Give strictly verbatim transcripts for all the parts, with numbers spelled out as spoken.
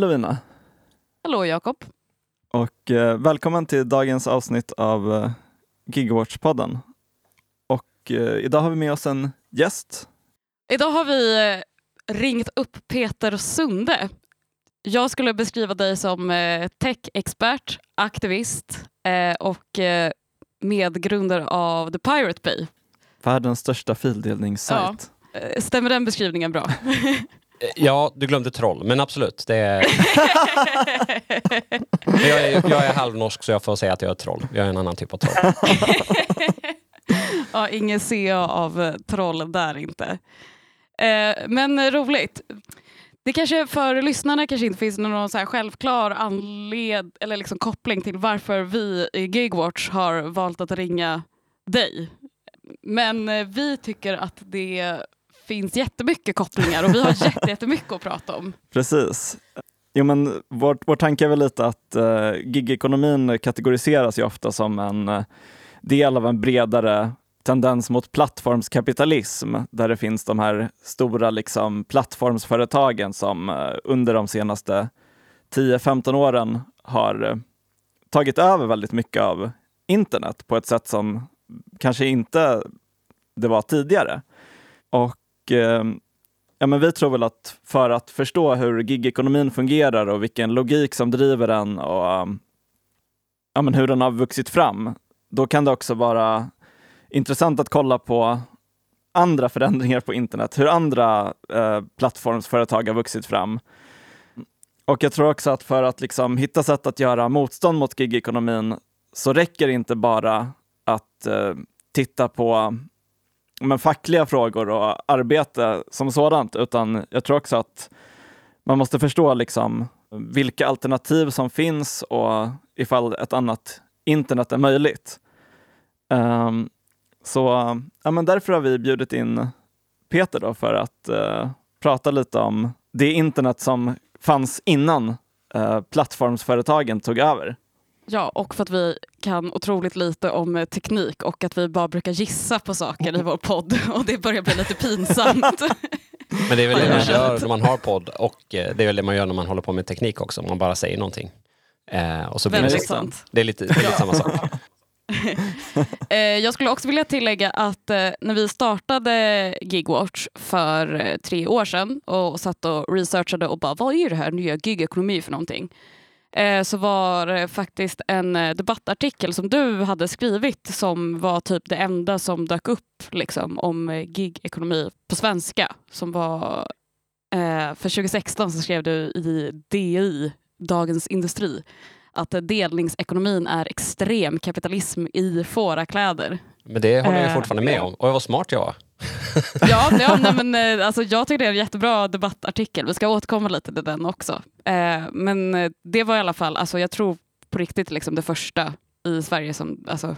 Lovina. Hallå Jakob. Och eh, välkommen till dagens avsnitt av eh, Gigawatch-podden. Och eh, idag har vi med oss en gäst. Idag har vi eh, ringt upp Peter Sunde. Jag skulle beskriva dig som eh, tech-expert, aktivist eh, och eh, medgrundare av The Pirate Bay. Världens största fildelningssajt. Ja. Eh, stämmer den beskrivningen bra? Ja, du glömde troll, men absolut. Det är... jag, är, jag är halvnorsk så jag får säga att jag är troll. Jag är en annan typ av troll. Ja, ingen C A av troll där inte. Eh, men roligt. Det kanske för lyssnarna kanske inte finns någon så här självklar anled eller liksom koppling till varför vi i Gigawatch har valt att ringa dig. Men eh, vi tycker att det finns jättemycket kopplingar och vi har jätte, jättemycket att prata om. Precis. Jo, men vår, vår tanke är väl lite att uh, gigekonomin kategoriseras ju ofta som en uh, del av en bredare tendens mot plattformskapitalism, där det finns de här stora liksom, plattformsföretagen som uh, under de senaste tio femton åren har uh, tagit över väldigt mycket av internet på ett sätt som kanske inte det var tidigare. Och Ja, men vi tror väl att för att förstå hur gigekonomin fungerar och vilken logik som driver den och ja, men hur den har vuxit fram, då kan det också vara intressant att kolla på andra förändringar på internet, hur andra eh, plattformsföretag har vuxit fram. Och jag tror också att för att liksom hitta sätt att göra motstånd mot gigekonomin så räcker det inte bara att eh, titta på men fackliga frågor och arbete som sådant, utan jag tror också att man måste förstå liksom vilka alternativ som finns och ifall ett annat internet är möjligt. Um, så ja, men därför har vi bjudit in Peter då för att uh, prata lite om det internet som fanns innan uh, plattformsföretagen tog över. Ja, och för att vi kan otroligt lite om teknik och att vi bara brukar gissa på saker i vår podd och det börjar bli lite pinsamt. Men det är väl det man gör när man har podd och det är väl det man gör när man håller på med teknik också. Man bara säger någonting. Eh, och så blir det, sant. det är lite, det är lite samma sak. eh, jag skulle också vilja tillägga att eh, när vi startade Gigawatch för eh, tre år sedan och satt och researchade och bara, vad är det här nya gigekonomi för någonting? Så var det faktiskt en debattartikel som du hade skrivit som var typ det enda som dök upp liksom, om gigekonomi på svenska. Som var, eh, för tjugo sexton så skrev du i D I, Dagens Industri, att delningsekonomin är extrem kapitalism i fårakläder. Men det håller jag fortfarande med om. Och vad smart jag var. Ja, ja nej, men, alltså, jag tycker det är en jättebra debattartikel. Vi ska återkomma lite till den också. Eh, men det var i alla fall, alltså, jag tror på riktigt liksom, det första i Sverige som alltså,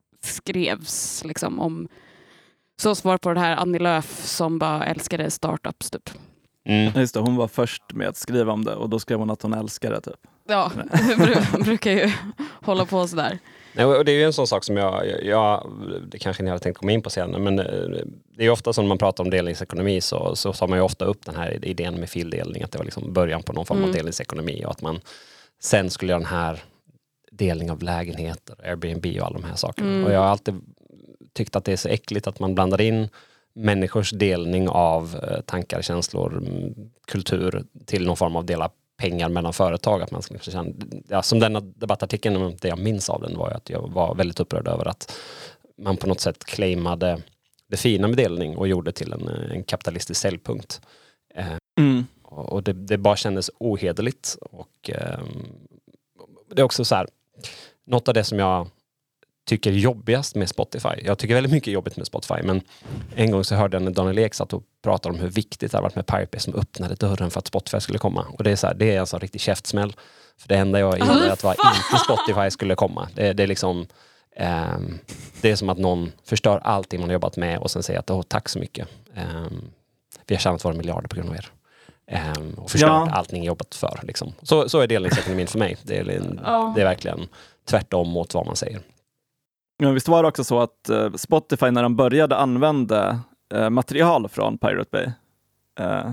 skrevs liksom, om så svar på det här Annie Lööf som bara älskade startups typ. Mm. Just det, hon var först med att skriva om det och då skrev hon att hon älskade det typ. Ja, hon brukar ju hålla på sådär. Nej, och det är ju en sån sak som jag, jag det kanske ni hade tänkt komma in på senare, men det är ju ofta som när man pratar om delningsekonomi så, så tar man ju ofta upp den här idén med fildelning, att det var liksom början på någon form mm. av delningsekonomi och att man sen skulle göra den här delning av lägenheter, Airbnb och alla de här sakerna. Mm. Och jag har alltid tyckt att det är så äckligt att man blandar in människors delning av tankar, känslor, kultur till någon form av dela pengar mellan företag. Att man ska känna, ja, som denna debattartikeln, det jag minns av den var att jag var väldigt upprörd över att man på något sätt claimade det fina med delning och gjorde till en, en kapitalistisk säljpunkt. Mm. Och, och det, det bara kändes ohederligt. Och eh, det är också så här, något av det som jag tycker jobbigast med Spotify. Jag tycker väldigt mycket jobbigt med Spotify, men en gång så hörde jag när Daniel Ek satt och pratade om hur viktigt det har varit med Pirate Bay som öppnade dörren för att Spotify skulle komma. Och det är så här, det är alltså en riktig käftsmäll. För det enda jag gillade att var inte Spotify skulle komma. Det, det är liksom eh, det är som att någon förstör allting man har jobbat med och sen säger att åh, tack så mycket. Eh, vi har tjänat våra miljarder på grund av er. Eh, och förstört ja. allting jobbat för. Liksom. Så, så är delningsekonomin för mig. Det är, ja. det är verkligen tvärtom mot vad man säger. Ja, visst var det också så att uh, Spotify när de började använda uh, material från Pirate Bay uh,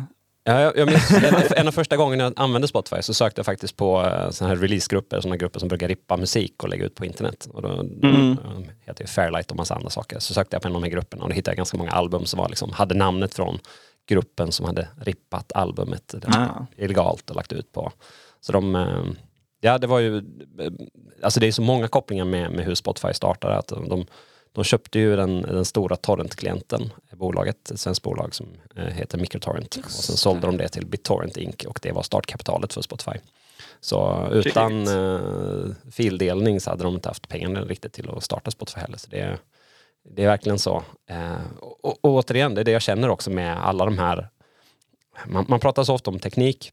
Ja, jag, jag minns, en, en av första gången jag använde Spotify så sökte jag faktiskt på uh, såna här releasegrupper, såna grupper som brukar rippa musik och lägga ut på internet. Och då, mm. då heter det Fairlight och massa andra saker. Så sökte jag på en av de här grupperna och då hittade jag ganska många album som var liksom, hade namnet från gruppen som hade rippat albumet ah. illegalt och lagt ut på. Så de, uh, ja det var ju, uh, alltså det är så många kopplingar med, med hur Spotify startade att de De köpte ju den, den stora torrentklienten, bolaget, ett svenskt bolag som eh, heter Microtorrent. Och sen sålde de det till BitTorrent Incorporated och det var startkapitalet för Spotify. Så utan eh, fildelning så hade de inte haft pengarna riktigt till att starta Spotify heller. Så det, det är verkligen så. Eh, och, och återigen, det är det jag känner också med alla de här. Man, man pratar så ofta om teknik.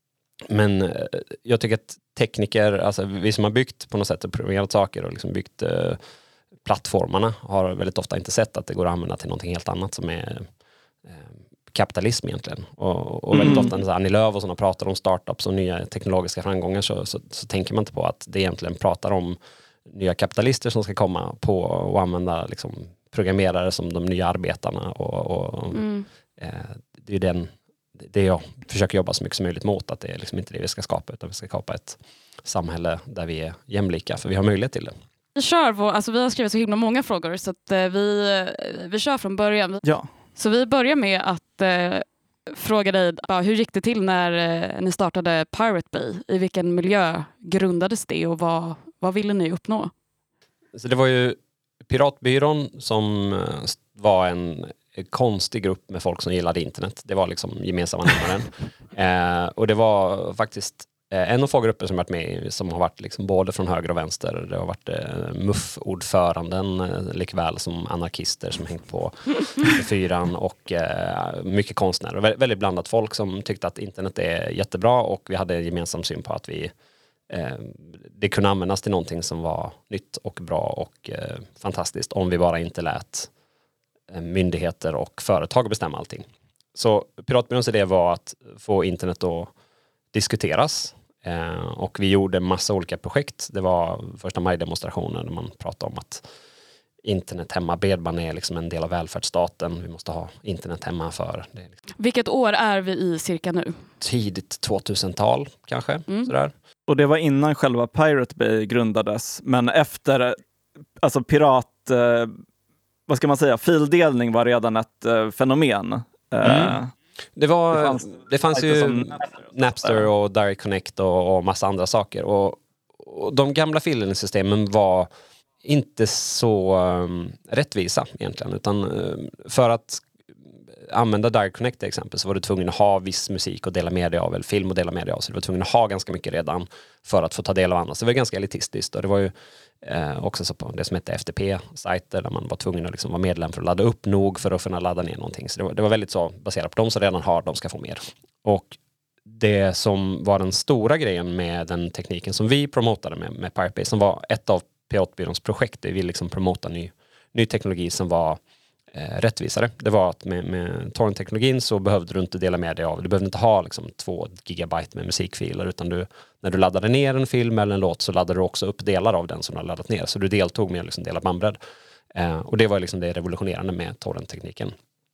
Men eh, jag tycker att tekniker, alltså vi som har byggt på något sätt och programmerat saker och liksom byggt eh, plattformarna har väldigt ofta inte sett att det går att använda till någonting helt annat som är eh, kapitalism egentligen. Och, och väldigt mm. ofta när Annie Lööf och sådana pratar om startups och nya teknologiska framgångar så, så, så tänker man inte på att det egentligen pratar om nya kapitalister som ska komma på och använda liksom, programmerare som de nya arbetarna. Och, och mm. eh, det är den, det jag försöker jobba så mycket som möjligt mot, att det är liksom inte det vi ska skapa, utan vi ska skapa ett samhälle där vi är jämlika, för vi har möjlighet till det. Vi kör vår, alltså vi har skrivit så himla många frågor så att eh, vi, vi kör från början. Ja. Så vi börjar med att eh, fråga dig, bara, hur gick det till när eh, ni startade Pirate Bay? I vilken miljö grundades det och vad, vad ville ni uppnå? Så det var ju Piratbyrån som var en konstig grupp med folk som gillade internet. Det var liksom gemensamma nämnaren. eh, och det var faktiskt en av få grupper som har varit med som har varit liksom både från höger och vänster. Det har varit eh, M U F-ordföranden eh, likväl som anarkister som hängt på fyran och eh, mycket konstnärer. Vä- väldigt blandat folk som tyckte att internet är jättebra och vi hade en gemensam syn på att vi eh, det kunde användas till någonting som var nytt och bra och eh, fantastiskt om vi bara inte lät eh, myndigheter och företag bestämma allting. Så Piratbyråns idé var att få internet att diskuteras. Eh, och vi gjorde massa olika projekt. Det var första maj-demonstrationen där man pratade om att internet hemma, bredband är liksom en del av välfärdsstaten. Vi måste ha internet hemma för det. Liksom. Vilket år är vi i cirka nu? Tidigt tvåtusental kanske. Mm. Sådär. Och det var innan själva Pirate Bay grundades. Men efter, alltså pirat, eh, vad ska man säga, fildelning var redan ett eh, fenomen. Mm. Eh, Det, var, det fanns, det fanns ju som Napster och Direct Connect och, och massa andra saker. Och, och de gamla fildelningssystemen var inte så um, rättvisa egentligen. Utan um, för att använda Direct Connect till exempel så var du tvungen att ha viss musik och dela med dig av, eller film och dela med dig av. Så du var tvungen att ha ganska mycket redan för att få ta del av annat. Så det var ganska elitistiskt. Och det var ju eh, också så på det som hette F T P-sajter där man var tvungen att liksom vara medlem för att ladda upp nog för att kunna ladda ner någonting. Så det var, det var väldigt så baserat på de som redan har, de ska få mer. Och det som var den stora grejen med den tekniken som vi promotade med, med Pirate Bay, som var ett av Piratbyråns projekt, vi ville liksom promota ny, ny teknologi som var Eh, rättvisare. Det var att med, med torrent-teknologin så behövde du inte dela med dig av, du behövde inte ha liksom två gigabyte med musikfiler, utan du, när du laddade ner en film eller en låt så laddade du också upp delar av den som du hade laddat ner, så du deltog med liksom delad bandbredd. Eh, och det var liksom det revolutionerande med torrent-tekniken.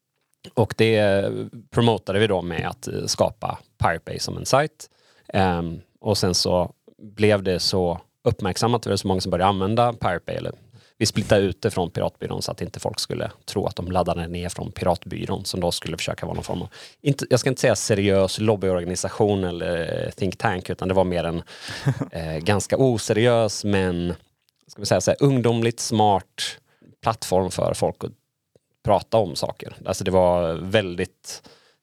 Och det promotade vi då med att skapa Pirate Bay som en sajt. Eh, och sen så blev det så uppmärksammat, det var så många som började använda Pirate Bay, eller vi splittade ut det från Piratbyrån så att inte folk skulle tro att de laddade ner från Piratbyrån som då skulle försöka vara någon form av, inte, jag ska inte säga seriös lobbyorganisation eller think tank, utan det var mer en eh, ganska oseriös men ska vi säga så här, ungdomligt smart plattform för folk att prata om saker. Alltså det var väldigt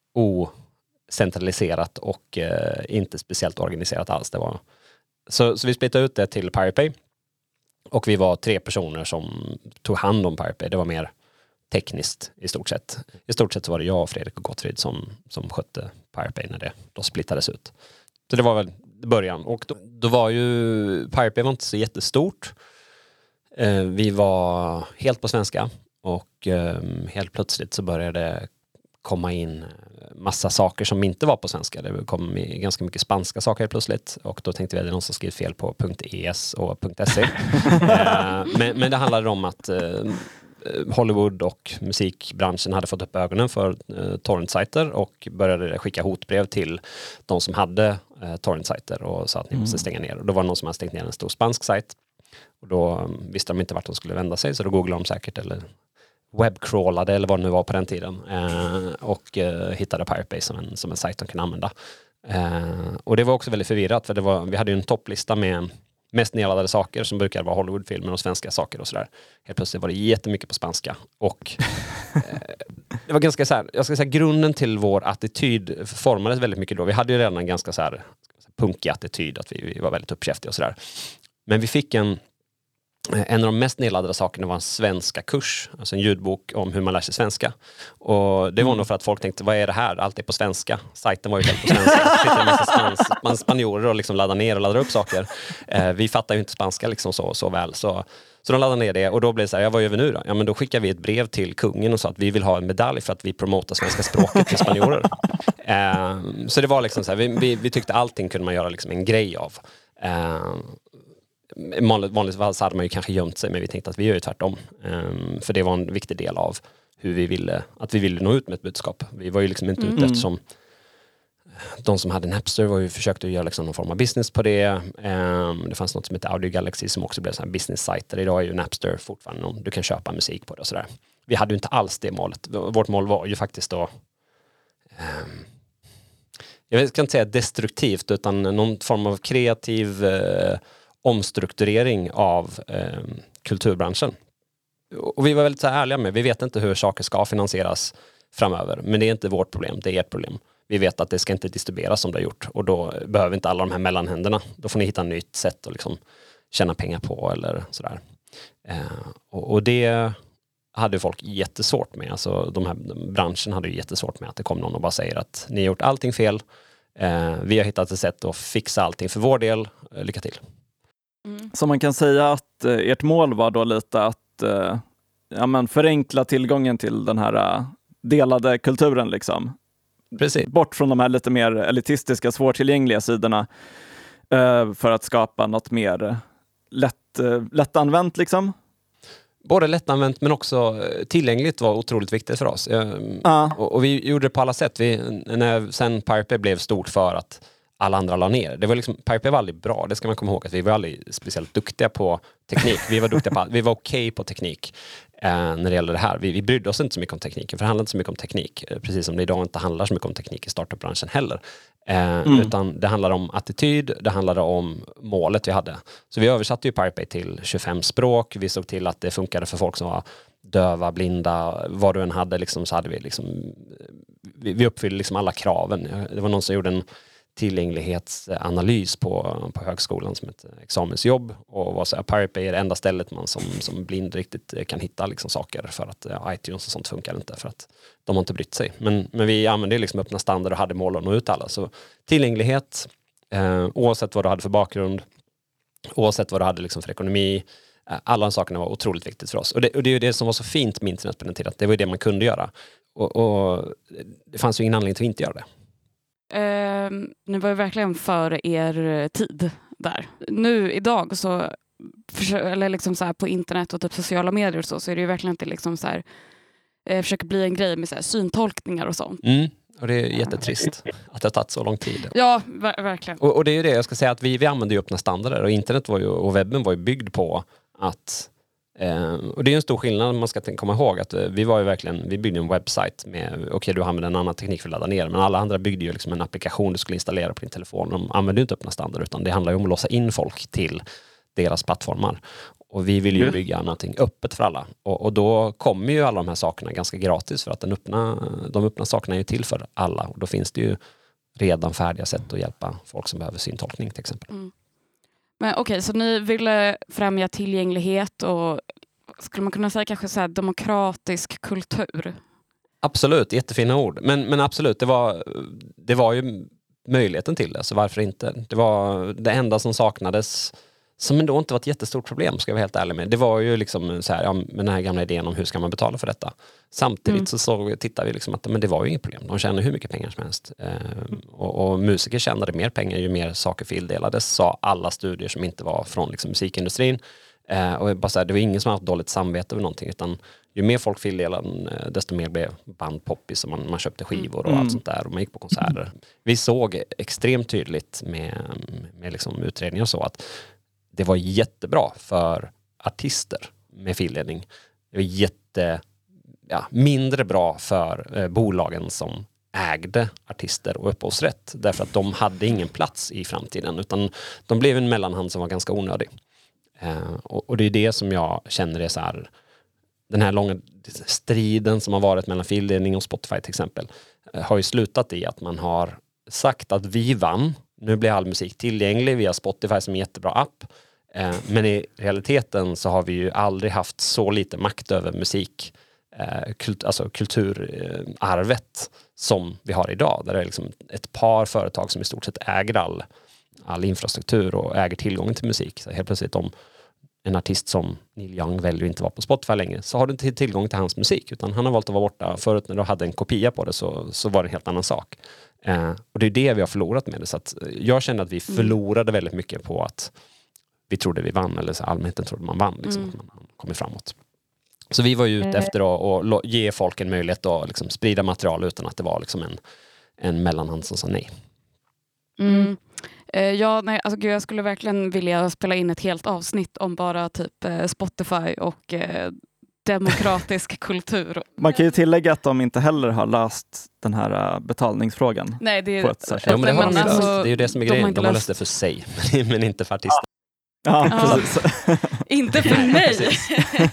ocentraliserat och eh, inte speciellt organiserat alls. Det var, så, så vi splittade ut det till Pirate Bay. Och vi var tre personer som tog hand om Pirate Bay. Det var mer tekniskt i stort sett. I stort sett så var det jag, Fredrik och Gottfrid som, som skötte Pirate Bay när det då splittades ut. Så det var väl början. Och då, då var ju Pirate Bay var inte så jättestort. Eh, vi var helt på svenska. Och eh, helt plötsligt så började det komma in massa saker som inte var på svenska. Det kom ganska mycket spanska saker plötsligt. Och då tänkte vi att det är någon som skrivit fel på .es och .se. eh, men, men det handlade om att eh, Hollywood och musikbranschen hade fått upp ögonen för eh, torrentsajter och började skicka hotbrev till de som hade eh, torrentsajter och sa att ni mm. måste stänga ner. Och då var det någon som hade stängt ner en stor spansk sajt. Och då um, visste de inte vart de skulle vända sig, så då googlade de säkert eller webbcrawlade eller vad det nu var på den tiden eh, och eh, hittade Pirate Bay som en, som en sajt de kan använda. Eh, och det var också väldigt förvirrat, för det var, vi hade ju en topplista med mest nedladdade saker som brukar vara Hollywoodfilmer och svenska saker och sådär. Helt plötsligt var det jättemycket på spanska. Och eh, det var ganska så här, jag ska säga grunden till vår attityd formades väldigt mycket då. Vi hade ju redan en ganska så här punkig attityd, att vi, vi var väldigt uppkäftiga och sådär. Men vi fick en En av de mest nedladdade sakerna var en svenska kurs, alltså en ljudbok om hur man lär sig svenska. Och det var mm. nog för att folk tänkte, vad är det här? Allt är på svenska. Sajten var ju helt på svenska. Sitter en massa spans, man spanjorer och liksom laddar ner och laddar upp saker. Eh, vi fattar ju inte spanska liksom så, så väl. Så, så de laddade ner det och då blev det så här, ja, vad gör vi nu då? Ja, men då skickar vi ett brev till kungen och sa att vi vill ha en medalj för att vi promotar svenska språket till spanjorer. Eh, så det var liksom så här, vi, vi, vi tyckte allting kunde man göra liksom en grej av. Eh, Vanligtvis hade man ju kanske gömt sig, men vi tänkte att vi gör ju tvärtom. Um, för det var en viktig del av hur vi ville, att vi ville nå ut med ett budskap. Vi var ju liksom inte mm. ute eftersom de som hade Napster var ju försökte göra liksom någon form av business på det. Um, det fanns något som heter Audio Galaxy som också blev en business-sajter. Idag är ju Napster fortfarande någon, du kan köpa musik på det och sådär. Vi hade ju inte alls det målet. Vårt mål var ju faktiskt då um, jag ska inte säga destruktivt, utan någon form av kreativ uh, omstrukturering av eh, kulturbranschen. Och vi var väldigt så här ärliga med, vi vet inte hur saker ska finansieras framöver, men det är inte vårt problem, det är ert problem. Vi vet att det ska inte distribueras som det har gjort, och då behöver inte alla de här mellanhänderna. Då får ni hitta ett nytt sätt att liksom tjäna pengar på eller sådär. Eh, och, och det hade folk jättesvårt med. Alltså de här branschen hade ju jättesvårt med att det kom någon och bara säger att ni har gjort allting fel. Eh, vi har hittat ett sätt att fixa allting för vår del. Eh, lycka till. Mm. Så man kan säga att eh, ert mål var då lite att eh, ja, men förenkla tillgången till den här eh, delade kulturen liksom. Precis. Bort från de här lite mer elitistiska, svårtillgängliga sidorna eh, för att skapa något mer eh, lätt, eh, lättanvänt liksom. Både lättanvänt men också tillgängligt var otroligt viktigt för oss. Eh, ah. och, och vi gjorde det på alla sätt. Vi, när sen Pirate Bay blev stort för att alla andra la ner. Det var liksom, Pirate Bay var aldrig bra. Det ska man komma ihåg, att vi var aldrig speciellt duktiga på teknik. Vi var duktiga på, vi var okej okay på teknik eh, när det gäller det här. Vi, vi brydde oss inte så mycket om tekniken, för det handlade inte så mycket om teknik. Eh, precis som det idag inte handlar så mycket om teknik i startupbranschen heller. Eh, mm. Utan det handlade om attityd, det handlade om målet vi hade. Så vi översatte ju Pirate Bay till tjugofem språk. Vi såg till att det funkade för folk som var döva, blinda, vad du än hade liksom, så hade vi liksom, vi, vi uppfyllde liksom alla kraven. Det var någon som gjorde en tillgänglighetsanalys på, på högskolan som ett examensjobb, och var så här, Pirate Bay är det enda stället man som, som blind riktigt kan hitta liksom saker, för att ja, iTunes och sånt funkar inte, för att de har inte brytt sig. Men, men vi använde liksom öppna standard och hade mål att nå ut alla. Så tillgänglighet, eh, oavsett vad du hade för bakgrund, oavsett vad du hade liksom för ekonomi, eh, alla de sakerna var otroligt viktigt för oss. Och det, och det är ju det som var så fint med internet på den tiden, att det var det man kunde göra. Och, och det fanns ju ingen anledning till att inte göra det. Uh, ni var ju verkligen före er tid där. Nu idag så, eller liksom så här på internet och typ sociala medier och så, så är det ju verkligen inte liksom så här, eh, försöker bli en grej med så här syntolkningar och sånt. Mm. Och det är jättetrist att det har tagit så lång tid. Ja, ver- verkligen. Och, och det är ju det, jag ska säga att vi, vi använder ju öppna standarder, och internet var ju, och webben var ju byggd på att Eh, och det är en stor skillnad, man ska komma ihåg att eh, vi var ju verkligen, vi byggde en webbsajt med, okej okay, du använder en annan teknik för att ladda ner, men alla andra byggde ju liksom en applikation du skulle installera på din telefon. De använde ju inte öppna standard, utan det handlar ju om att låsa in folk till deras plattformar. Och vi vill ju mm. bygga någonting öppet för alla. Och, och då kommer ju alla de här sakerna ganska gratis, för att den öppna, de öppna sakerna är ju till för alla. Och då finns det ju redan färdiga sätt att hjälpa folk som behöver syntolkning till exempel. Mm. Men okej, okay, så ni ville främja tillgänglighet och skulle man kunna säga kanske så här demokratisk kultur? Absolut, jättefina ord. Men, men absolut, det var, det var ju möjligheten till det, så varför inte? Det var det enda som saknades, som ändå inte var ett jättestort problem, ska jag vara helt ärlig med. Det var ju liksom så här, ja, med den här gamla idén om hur ska man betala för detta. Samtidigt mm. så, så tittade vi liksom att men det var ju inget problem. De tjänade hur mycket pengar som helst. Eh, och, och musiker tjänade mer pengar ju mer saker tilldelades, sa alla studier som inte var från liksom, musikindustrin. Eh, och bara så här, det var ingen som har haft dåligt samvete över någonting, utan ju mer folk fildelade, desto mer blev band poppis och man, man köpte skivor och Mm. allt sånt där och man gick på konserter. Vi såg extremt tydligt med, med liksom utredningar och så att det var jättebra för artister med fildelning. Det var jätte, ja, mindre bra för eh, bolagen som ägde artister och upphovsrätt, därför att de hade ingen plats i framtiden, utan de blev en mellanhand som var ganska onödig. Eh, och, och det är det som jag känner är så här, den här långa striden som har varit mellan fildelning och Spotify till exempel, eh, har ju slutat i att man har sagt att vi vann, nu blir all musik tillgänglig via Spotify som är en jättebra app, eh, men i realiteten så har vi ju aldrig haft så lite makt över musik, eh, kult, alltså kulturarvet eh, som vi har idag, där det är liksom ett par företag som i stort sett äger all, all infrastruktur och äger tillgången till musik. Så helt plötsligt om en artist som Neil Young väljer inte vara på Spotify längre, så har du inte tillgång till hans musik, utan han har valt att vara borta. Förut när du hade en kopia på det så, så var det en helt annan sak. Eh, och det är det vi har förlorat med det. Så att jag känner att vi förlorade väldigt mycket på att vi trodde vi vann, eller så allmänheten trodde man vann, liksom, Mm. att man kommer framåt. Så vi var ju ute efter att, att ge folk en möjlighet att liksom sprida material utan att det var liksom en, en mellanhand som sa nej. Mm. Eh, ja, nej, alltså, gud, jag skulle verkligen vilja spela in ett helt avsnitt om bara typ eh, Spotify och eh, demokratisk kultur. Man kan ju tillägga att de inte heller har löst den här uh, betalningsfrågan. Nej, det är, På ett särskilt- Ja, men det har de men löst. alltså, Det är ju det som är de har grejen. inte De har löst- löst det för sig, men- men inte för artister. Ja, Ja. precis. Inte för mig. Precis.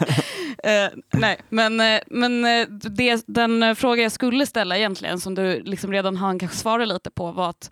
Eh, nej, men, eh, men eh, det, den eh, fråga jag skulle ställa egentligen, som du liksom redan hann kanske svara lite på, var att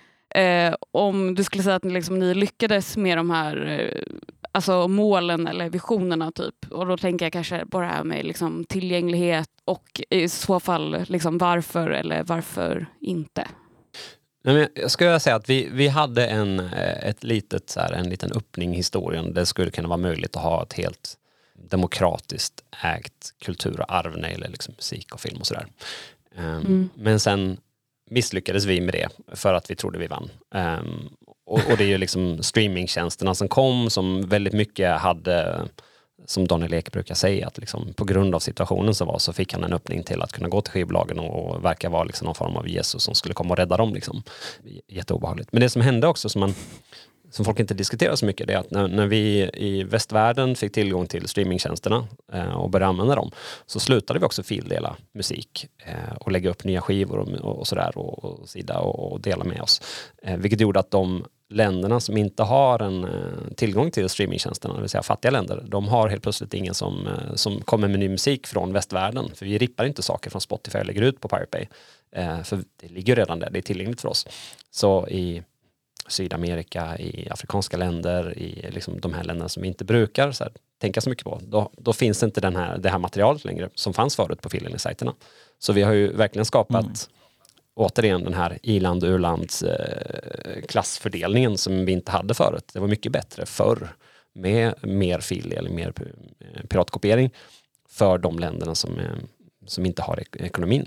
eh, om du skulle säga att ni, liksom, ni lyckades med de här eh, alltså målen eller visionerna typ, och då tänker jag kanske på det här med liksom, tillgänglighet och i så fall liksom, varför eller varför inte. Nej, men jag skulle säga att vi, vi hade en, eh, ett litet, så här, en liten öppning i historien. Det skulle kunna vara möjligt att ha ett helt demokratiskt ägt kulturarv när det gäller liksom musik och film och sådär. Um, Mm. Men sen misslyckades vi med det för att vi trodde vi vann. Um, och, och det är ju liksom streamingtjänsterna som kom som väldigt mycket hade, som Daniel Ek brukar säga, att liksom på grund av situationen som var så fick han en öppning till att kunna gå till skivbolagen och, och verka vara liksom någon form av Jesus som skulle komma och rädda dem. Liksom. Jätteobehagligt. Men det som hände också som, man, som folk inte diskuterar så mycket, det är att när, när vi i västvärlden fick tillgång till streamingtjänsterna eh, och började använda dem, så slutade vi också fildela musik eh, och lägga upp nya skivor och, och sådär och, och sida och, och dela med oss. Eh, vilket gjorde att de länderna som inte har en eh, tillgång till streamingtjänsterna, det vill säga fattiga länder, de har helt plötsligt ingen som, eh, som kommer med ny musik från västvärlden. För vi rippar inte saker från Spotify och lägger ut på Pirate Bay. Eh, för det ligger redan där, det är tillgängligt för oss. Så i Sydamerika, i afrikanska länder, i liksom de här länderna som vi inte brukar så här, tänka så mycket på, då, då finns inte den här, det här materialet längre som fanns förut på fildelningssajterna. Så vi har ju verkligen skapat mm. återigen den här i-land och u-lands eh, klassfördelningen som vi inte hade förut. Det var mycket bättre förr med mer fildelning, mer piratkopiering för de länderna som, eh, som inte har ek- ekonomin.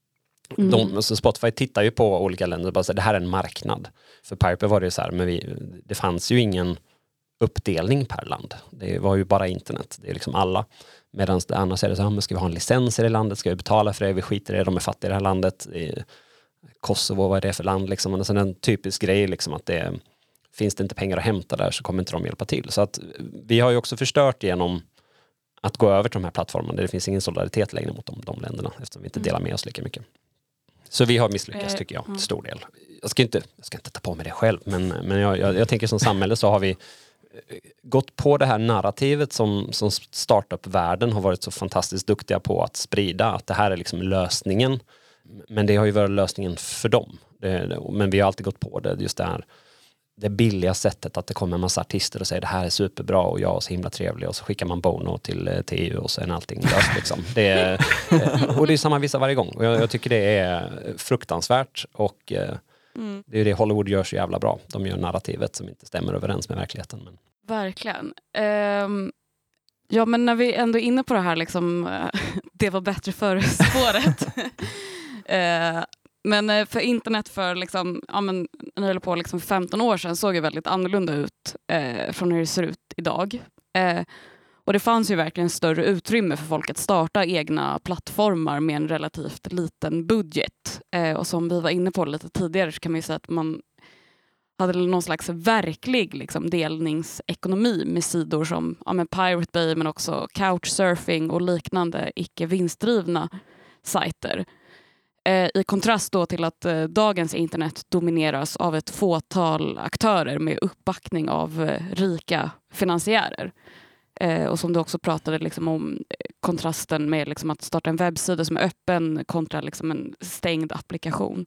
Mm. De, så Spotify tittar ju på olika länder och bara säger det här är en marknad. För Piper var det ju så här, men vi, det fanns ju ingen uppdelning per land. Det var ju bara internet. Det är liksom alla. Medan det annars är det så här, men ska vi ha en licens i det landet? Ska vi betala för det? Vi skiter i det. De är fattiga i det här landet. I Kosovo, vad är det för land? Liksom. Och sen en typisk grej liksom att det finns det inte pengar att hämta där så kommer inte de hjälpa till. Så att vi har ju också förstört genom att gå över till de här plattformarna där det finns ingen solidaritet längre mot de, de länderna eftersom vi inte delar med oss lika mycket. Så vi har misslyckats tycker jag, till stor del. Jag ska inte, jag ska inte ta på mig det själv, men, men jag, jag, jag tänker som samhälle så har vi gått på det här narrativet som, som startup-världen har varit så fantastiskt duktiga på att sprida, att det här är liksom lösningen. Men det har ju varit lösningen för dem. Det, det, men vi har alltid gått på det, just det här det billiga sättet att det kommer en massa artister och säger det här är superbra och jag är så himla trevlig och så skickar man Bono till, till E U och så är allting löst liksom. Det är, och det är samma vissa varje gång och jag, jag tycker det är fruktansvärt och mm. det är det Hollywood gör så jävla bra. De gör narrativet som inte stämmer överens med verkligheten. Men... Verkligen. Um, ja men när vi ändå är inne på det här liksom, det var bättre för spåret. uh, Men för internet för liksom, ja, men, när jag höll på liksom femton år sedan såg det väldigt annorlunda ut eh, från hur det ser ut idag. Eh, och det fanns ju verkligen större utrymme för folk att starta egna plattformar med en relativt liten budget. Eh, och som vi var inne på lite tidigare så kan man ju säga att man hade någon slags verklig liksom, delningsekonomi med sidor som ja, men Pirate Bay men också Couchsurfing och liknande icke vinstdrivna sajter. Eh, I kontrast då till att eh, dagens internet domineras av ett fåtal aktörer med uppbackning av eh, rika finansiärer. Eh, och som du också pratade liksom, om eh, kontrasten med liksom, att starta en webbsida som är öppen kontra liksom, en stängd applikation.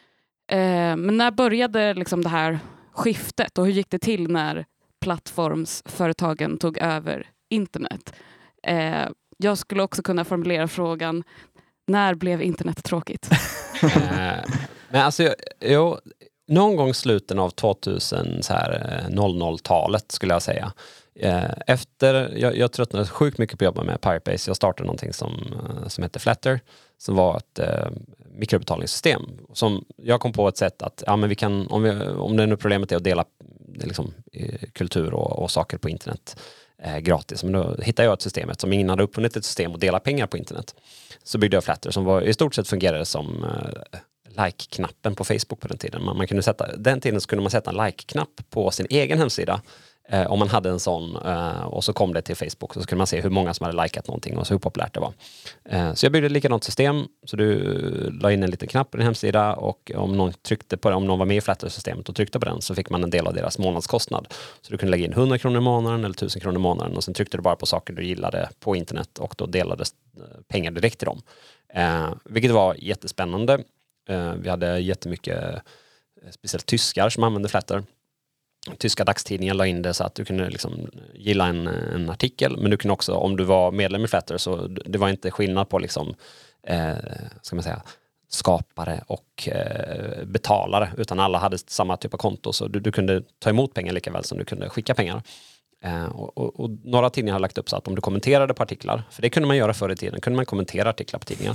Eh, men när började liksom, det här skiftet och hur gick det till när plattformsföretagen tog över internet? Eh, jag skulle också kunna formulera frågan: när blev internet tråkigt? eh, men alltså, jo, någon gång slutet av tvåtusen, så här, noll noll-talet skulle jag säga. Eh, efter, jag, jag tröttnade sjukt mycket på att jobba med Pirate Bay, så jag startade någonting som, som heter Flatter, som var ett eh, mikrobetalningssystem. Som jag kom på ett sätt att ja, men vi kan, om, vi, om det nu problemet är att dela liksom, kultur och, och saker på internet eh, gratis, men då hittade jag ett system som ingen hade uppfunnit, ett system att dela pengar på internet. Så byggde jag Flatter som var, i stort sett fungerade som eh, like-knappen på Facebook på den tiden. Man, man kunde sätta, den tiden så kunde man sätta en like-knapp på sin egen hemsida eh, om man hade en sån eh, och så kom det till Facebook så kunde man se hur många som hade likat någonting och så hur populärt det var. Eh, så jag byggde ett likadant system, så du la in en liten knapp på din hemsida och om någon tryckte på det, om någon var med i Flatter-systemet och tryckte på den så fick man en del av deras månadskostnad. Så du kunde lägga in hundra kronor i månaden eller tusen kronor i månaden och sen tryckte du bara på saker du gillade på internet och då delades pengar direkt till dem. Eh, vilket var jättespännande. Eh, vi hade jättemycket, speciellt tyskar som använde Flatter. Tyska dagstidningar la in det så att du kunde liksom gilla en, en artikel, men du kunde också, om du var medlem i Flatter, så det var inte skillnad på liksom, eh, ska man säga, skapare och eh, betalare, utan alla hade samma typ av konto, så du, du kunde ta emot pengar lika väl som du kunde skicka pengar. Eh, och, och, och några tidningar har lagt upp så att om du kommenterade på artiklar, för det kunde man göra förr i tiden, kunde man kommentera artiklar på tidningar,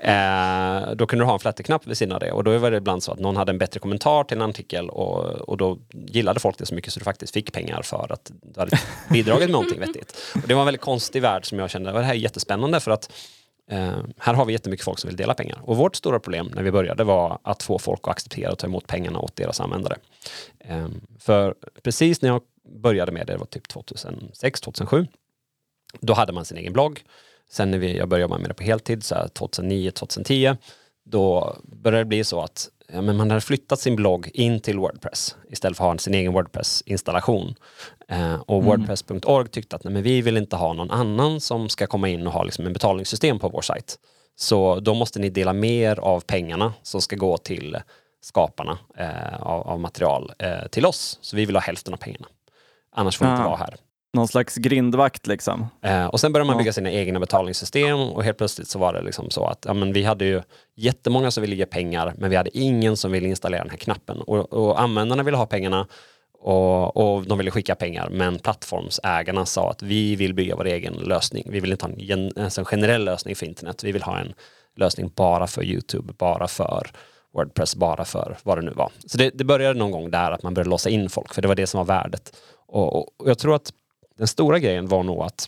eh, då kunde du ha en Flatter-knapp vid sidan av det, och då var det ibland så att någon hade en bättre kommentar till en artikel och, och då gillade folk det så mycket så du faktiskt fick pengar för att du hade bidragit med någonting vettigt. Och det var en väldigt konstig värld som jag kände, det här är jättespännande för att eh, här har vi jättemycket folk som vill dela pengar. Och vårt stora problem när vi började var att få folk att acceptera och ta emot pengarna åt deras användare. Eh, för precis när jag började med det, det var typ tjugohundrasex tjugohundrasju. Då hade man sin egen blogg. Sen när vi, jag började jobba med det på heltid, så här tjugohundranio tjugohundratio, då började det bli så att ja, men man hade flyttat sin blogg in till WordPress istället för att ha sin egen WordPress-installation. Eh, och mm. WordPress punkt org tyckte att nej, men vi vill inte ha någon annan som ska komma in och ha liksom en betalningssystem på vår sajt. Så då måste ni dela mer av pengarna som ska gå till skaparna eh, av, av material eh, till oss. Så vi vill ha hälften av pengarna. Annars får vi inte vara här. Någon slags grindvakt liksom. Eh, och sen började man bygga sina egna betalningssystem och helt plötsligt så var det liksom så att ja, men vi hade ju jättemånga som ville ge pengar, men vi hade ingen som ville installera den här knappen. Och, och användarna ville ha pengarna och, och de ville skicka pengar, men plattformsägarna sa att vi vill bygga vår egen lösning. Vi vill inte ha en, en, en generell lösning för internet. Vi vill ha en lösning bara för YouTube, bara för WordPress, bara för vad det nu var. Så det, det började någon gång där att man började låsa in folk, för det var det som var värdet. Och, och, och jag tror att den stora grejen var nog att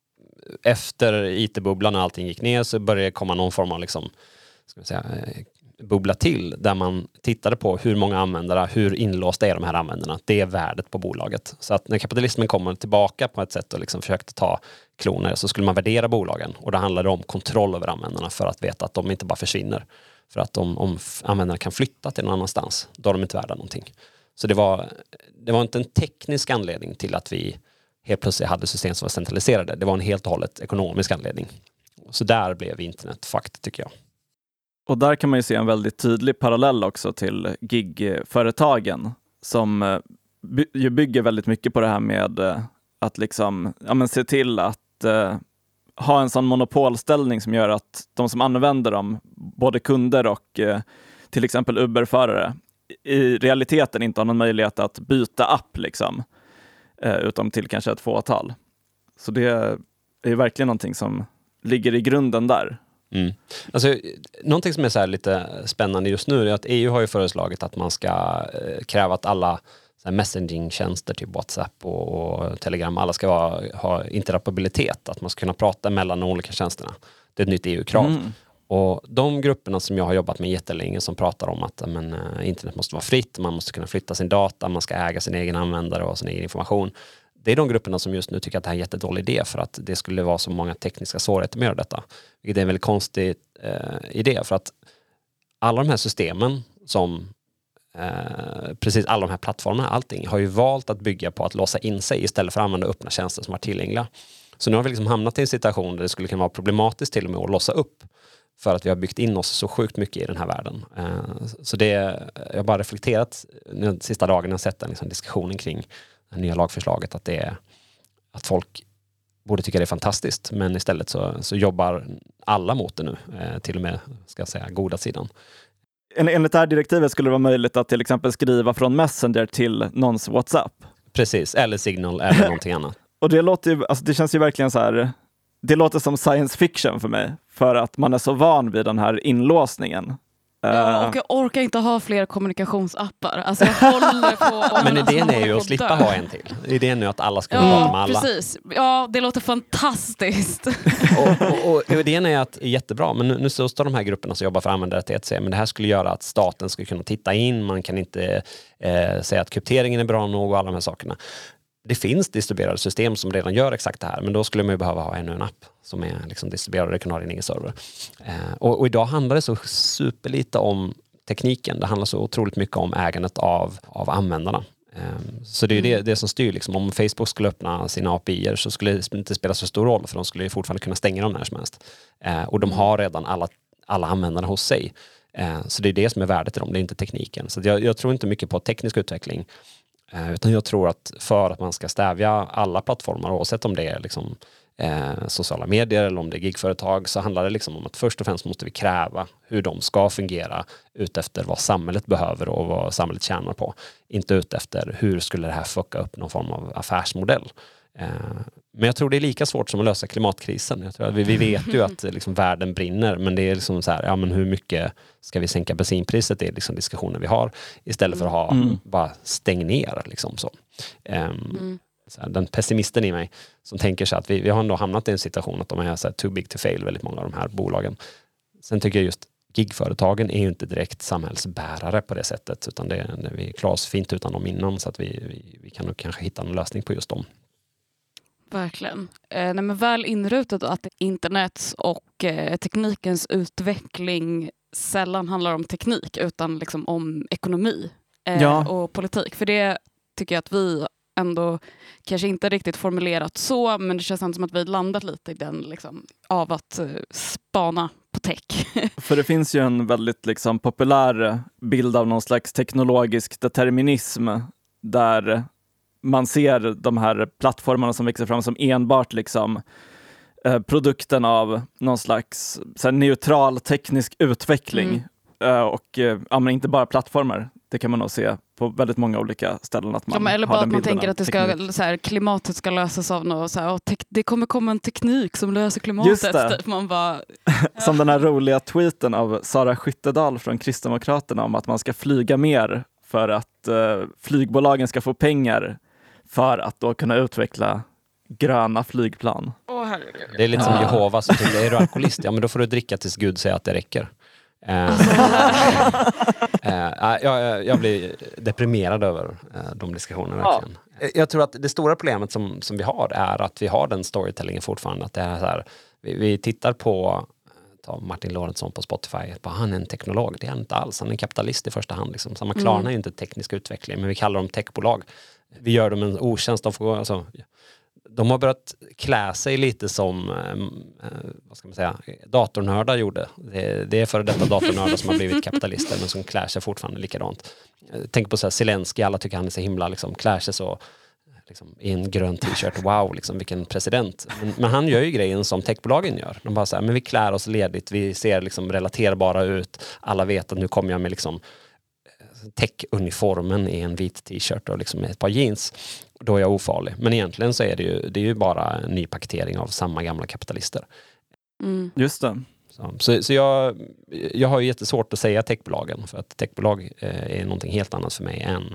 efter I T-bubblan och allting gick ner så började det komma någon form av liksom, ska man säga, bubbla till där man tittade på hur många användare, hur inlåsta är de här användarna. Det är värdet på bolaget. Så att när kapitalismen kommer tillbaka på ett sätt och liksom försökte ta kloner så skulle man värdera bolagen, och det handlade om kontroll över användarna för att veta att de inte bara försvinner. För att om, om användarna kan flytta till någon annanstans, då är de inte värda någonting. Så det var, det var inte en teknisk anledning till att vi helt plötsligt hade system som var centraliserade. Det var en helt och hållet ekonomisk anledning. Så där blev internet fakt, tycker jag. Och där kan man ju se en väldigt tydlig parallell också till gigföretagen som by- ju bygger väldigt mycket på det här med att liksom, ja, men se till att eh, ha en sån monopolställning som gör att de som använder dem, både kunder och eh, till exempel Uber-förare, i realiteten inte har någon möjlighet att byta app liksom, eh, utom till kanske ett fåtal. Så det är verkligen någonting som ligger i grunden där. Mm. Alltså, någonting som är så här lite spännande just nu är att E U har ju föreslagit att man ska eh, kräva att alla så här messaging-tjänster, typ WhatsApp och, och Telegram, alla ska vara, ha interoperabilitet, att man ska kunna prata mellan de olika tjänsterna. Det är ett nytt E U-krav. Mm. Och de grupperna som jag har jobbat med jättelänge som pratar om att men, internet måste vara fritt, man måste kunna flytta sin data, man ska äga sin egen användare och sin egen information. Det är de grupperna som just nu tycker att det här är en jättedålig idé för att det skulle vara så många tekniska svårigheter med detta. Vilket är en väldigt konstig eh, idé för att alla de här systemen som eh, precis alla de här plattformarna, allting har ju valt att bygga på att låsa in sig istället för att använda öppna tjänster som är tillgängliga. Så nu har vi liksom hamnat i en situation där det skulle kunna vara problematiskt till och med att låsa upp för att vi har byggt in oss så sjukt mycket i den här världen. Eh, så det, jag har bara reflekterat de sista dagarna och sett den liksom, diskussionen kring det nya lagförslaget att det är att folk borde tycka det är fantastiskt, men istället så, så jobbar alla mot det nu, eh, till och med ska jag säga goda sidan. Enligt det här direktivet skulle det vara möjligt att till exempel skriva från Messenger till någons WhatsApp. Precis, eller Signal eller någonting annat. Och det låter ju, alltså det känns ju verkligen så här, det låter som science fiction för mig, för att man är så van vid den här inlåsningen. Ja, och jag orkar inte ha fler kommunikationsappar. Alltså jag håller på. Men idén är ju att slippa ha en till. Idén är ju att alla ska ja, prata med alla. Precis. Ja, det låter fantastiskt. och, och, och idén är att är jättebra, men nu, nu så står de här grupperna som jobbar för användarrättighet säger, men det här skulle göra att staten skulle kunna titta in, man kan inte eh, säga att krypteringen är bra nog och alla de här sakerna. Det finns distribuerade system som redan gör exakt det här, men då skulle man ju behöva ha ännu en app som är liksom distribuerad och kan ha din egen server. Eh, och, och idag handlar det så superlite om tekniken. Det handlar så otroligt mycket om ägandet av, av användarna. Eh, så det är mm. det, det som styr. Liksom. Om Facebook skulle öppna sina A P I-er så skulle det inte spela så stor roll, för de skulle ju fortfarande kunna stänga dem när som helst. Eh, och de har redan alla, alla användarna hos sig. Eh, så det är det som är värdet i dem, det är inte tekniken. Så jag, jag tror inte mycket på teknisk utveckling. Utan jag tror att för att man ska stävja alla plattformar, oavsett om det är liksom, eh, sociala medier eller om det är gigföretag, så handlar det liksom om att först och främst måste vi kräva hur de ska fungera ut efter vad samhället behöver och vad samhället tjänar på. Inte ut efter hur skulle det här fucka upp någon form av affärsmodell. Eh, men jag tror det är lika svårt som att lösa klimatkrisen. Jag tror att vi, vi vet ju att liksom, världen brinner, men det är liksom så här, ja, men hur mycket ska vi sänka bensinpriset? Det är liksom diskussioner vi har istället för att ha mm. bara stäng ner liksom så. Um, mm. så här, den pessimisten i mig som tänker sig att vi, vi har ändå hamnat i en situation att de är så här, too big to fail, väldigt många av de här bolagen. Sen tycker jag just gigföretagen är ju inte direkt samhällsbärare på det sättet, utan det, det vi klarar oss fint utan dem innan, så att vi, vi, vi kan nog kanske hitta en lösning på just dem. Verkligen. Eh, nej, men väl inrutat att internets och eh, teknikens utveckling sällan handlar om teknik utan liksom om ekonomi eh, ja. och politik. För det tycker jag att vi ändå kanske inte riktigt formulerat så, men det känns som att vi landat lite i den liksom, av att eh, spana på tech. För det finns ju en väldigt liksom, populär bild av någon slags teknologisk determinism där man ser de här plattformarna som växer fram som enbart liksom, eh, produkten av någon slags så här, neutral teknisk utveckling. Mm. Eh, och eh, ja, men inte bara plattformar. Det kan man nog se på väldigt många olika ställen. Att man ja, men eller har bara den att man tänker att det ska, så här, klimatet ska lösas av något. Så här, och te- det kommer komma en teknik som löser klimatet. Just det. Typ. Man bara, som den här roliga tweeten av Sara Skyttedal från Kristdemokraterna om att man ska flyga mer för att eh, flygbolagen ska få pengar för att då kunna utveckla gröna flygplan. Åh, det är lite som Jehova som tycker, är du alkoholist? Ja, men då får du dricka tills Gud säger att det räcker. Uh, uh, jag, jag blir deprimerad över uh, de diskussionerna verkligen. Ja. Jag tror att det stora problemet som, som vi har är att vi har den storytellingen fortfarande. Att det är så här, vi, vi tittar på ta Martin Lorentzon på Spotify, bara, han är en teknolog. Det är han inte alls, han är en kapitalist i första hand. Liksom. Så man klarar mm. inte teknisk utveckling, men vi kallar dem techbolag. Vi gör dem en otjänst. De, får gå, alltså, de har börjat klä sig lite som eh, vad ska man säga, datornördar gjorde. Det, det är för detta datornördar som har blivit kapitalister men som klär sig fortfarande likadant. Tänk på så här, Zelensky, alla tycker han är så himla liksom, klär sig så liksom, i en grön t-shirt. Wow, liksom, vilken president. Men, men han gör ju grejen som techbolagen gör. De bara så här, men vi klär oss ledigt, vi ser liksom relaterbara ut. Alla vet att nu kommer jag med liksom tech-uniformen i en vit t-shirt och liksom ett par jeans. Då är jag ofarlig. Men egentligen så är det ju, det är ju bara en ny paketering av samma gamla kapitalister. Mm. Just det. Så, så, så jag, jag har ju jättesvårt att säga techbolagen, för att techbolag eh, är någonting helt annat för mig än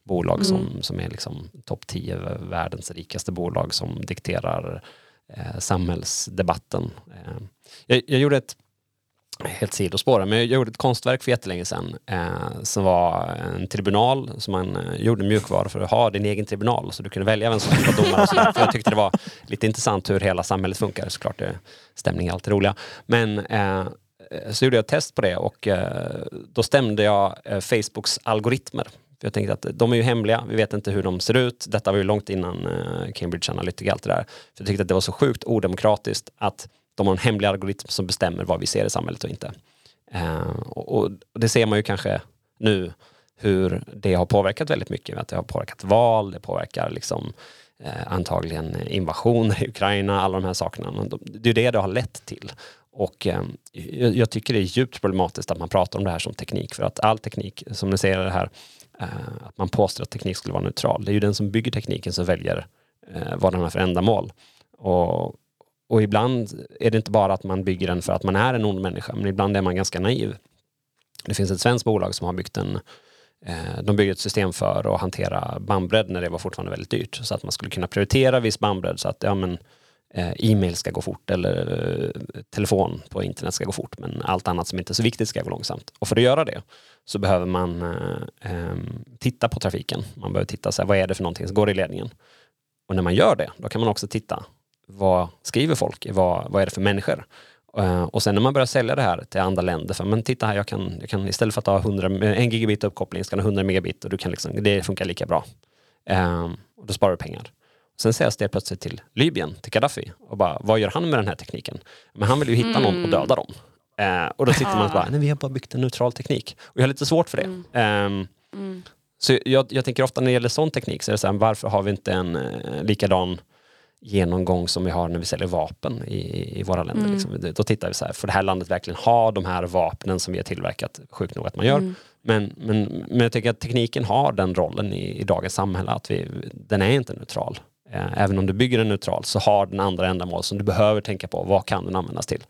bolag som, mm. som är liksom topp tio världens rikaste bolag som dikterar eh, samhällsdebatten. Eh, jag, jag gjorde ett helt sidospår, men jag gjorde ett konstverk för jättelänge sedan eh, som var en tribunal som man eh, gjorde mjukvara för att ha din egen tribunal så du kunde välja vem som var domare och sådär. För jag tyckte det var lite intressant hur hela samhället funkar. Såklart det, stämning är alltid roliga. Men eh, så gjorde jag ett test på det och eh, då stämde jag eh, Facebooks algoritmer. För jag tänkte att de är ju hemliga, vi vet inte hur de ser ut. Detta var ju långt innan eh, Cambridge Analytica och allt det där. För jag tyckte att det var så sjukt odemokratiskt att de har en hemlig algoritm som bestämmer vad vi ser i samhället och inte. Eh, och, och det ser man ju kanske nu hur det har påverkat väldigt mycket. Att det har påverkat val, det påverkar liksom, eh, antagligen invasioner i Ukraina, alla de här sakerna. Det är det det har lett till. Och eh, jag tycker det är djupt problematiskt att man pratar om det här som teknik. För att all teknik, som ni ser det här, eh, att man påstår att teknik skulle vara neutral. Det är ju den som bygger tekniken som väljer eh, vad den har för ändamål. Och Och ibland är det inte bara att man bygger den för att man är en ond människa, men ibland är man ganska naiv. Det finns ett svenskt bolag som har byggt en, eh, de bygger ett system för att hantera bandbredd när det var fortfarande väldigt dyrt. Så att man skulle kunna prioritera viss bandbredd så att ja, men, eh, e-mail ska gå fort eller eh, telefon på internet ska gå fort, men allt annat som inte är så viktigt ska gå långsamt. Och för att göra det så behöver man eh, eh, titta på trafiken. Man behöver titta så här, vad är det för någonting som går i ledningen. Och när man gör det, då kan man också titta vad skriver folk? Vad, vad är det för människor? Uh, och sen när man börjar sälja det här till andra länder, för men titta här, jag kan, jag kan istället för att ha hundra, en gigabit uppkoppling ska ha hundra megabit och du kan liksom, det funkar lika bra. Uh, och då sparar du pengar. Sen sägs det plötsligt till Libyen, till Gaddafi och bara, vad gör han med den här tekniken? Men han vill ju hitta mm. någon och döda dem. Uh, och då sitter man och bara, nej vi har bara byggt en neutral teknik. Och jag har lite svårt för det. Mm. Um, mm. Så jag, jag tänker ofta när det gäller sån teknik så är det så här, varför har vi inte en uh, likadan genomgång som vi har när vi säljer vapen i, i våra länder. Mm. Liksom. Då tittar vi så här, för det här landet verkligen har de här vapnen som vi har tillverkat, sjukt nog att man gör. Mm. Men, men, men jag tycker att tekniken har den rollen i, i dagens samhälle, att vi, den är inte neutral. Eh, även om du bygger en neutral så har den andra ändamål som du behöver tänka på, vad kan den användas till?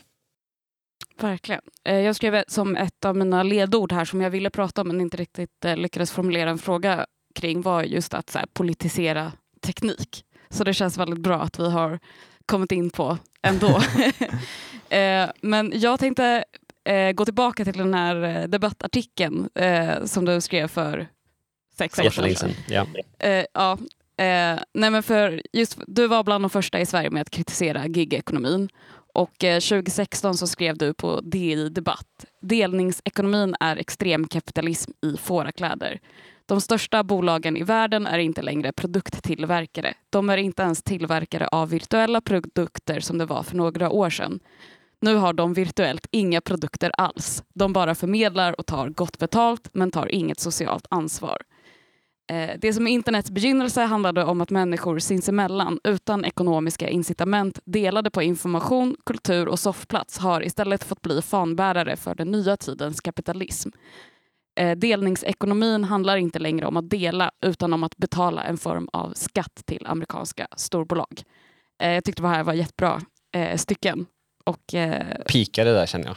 Verkligen. Jag skrev som ett av mina ledord här som jag ville prata om men inte riktigt lyckades formulera en fråga kring var just att så här, politisera teknik. Så det känns väldigt bra att vi har kommit in på ändå. eh, men jag tänkte eh, gå tillbaka till den här debattartikeln eh, som du skrev för sex år sedan. Ja. Eh, ja. Eh, nej men för just, du var bland de första i Sverige med att kritisera gigekonomin. Och eh, tjugo sexton så skrev du på D I Debatt: delningsekonomin är extremkapitalism i fårakläder. De största bolagen i världen är inte längre produkttillverkare. De är inte ens tillverkare av virtuella produkter som det var för några år sedan. Nu har de virtuellt inga produkter alls. De bara förmedlar och tar gott betalt men tar inget socialt ansvar. Det som är internets begynnelse handlade om att människor sinsemellan utan ekonomiska incitament delade på information, kultur och soffplats har istället fått bli fanbärare för den nya tidens kapitalism. Delningsekonomin handlar inte längre om att dela utan om att betala en form av skatt till amerikanska storbolag. Jag tyckte det här var jättebra stycken. Och, pikade där känner jag.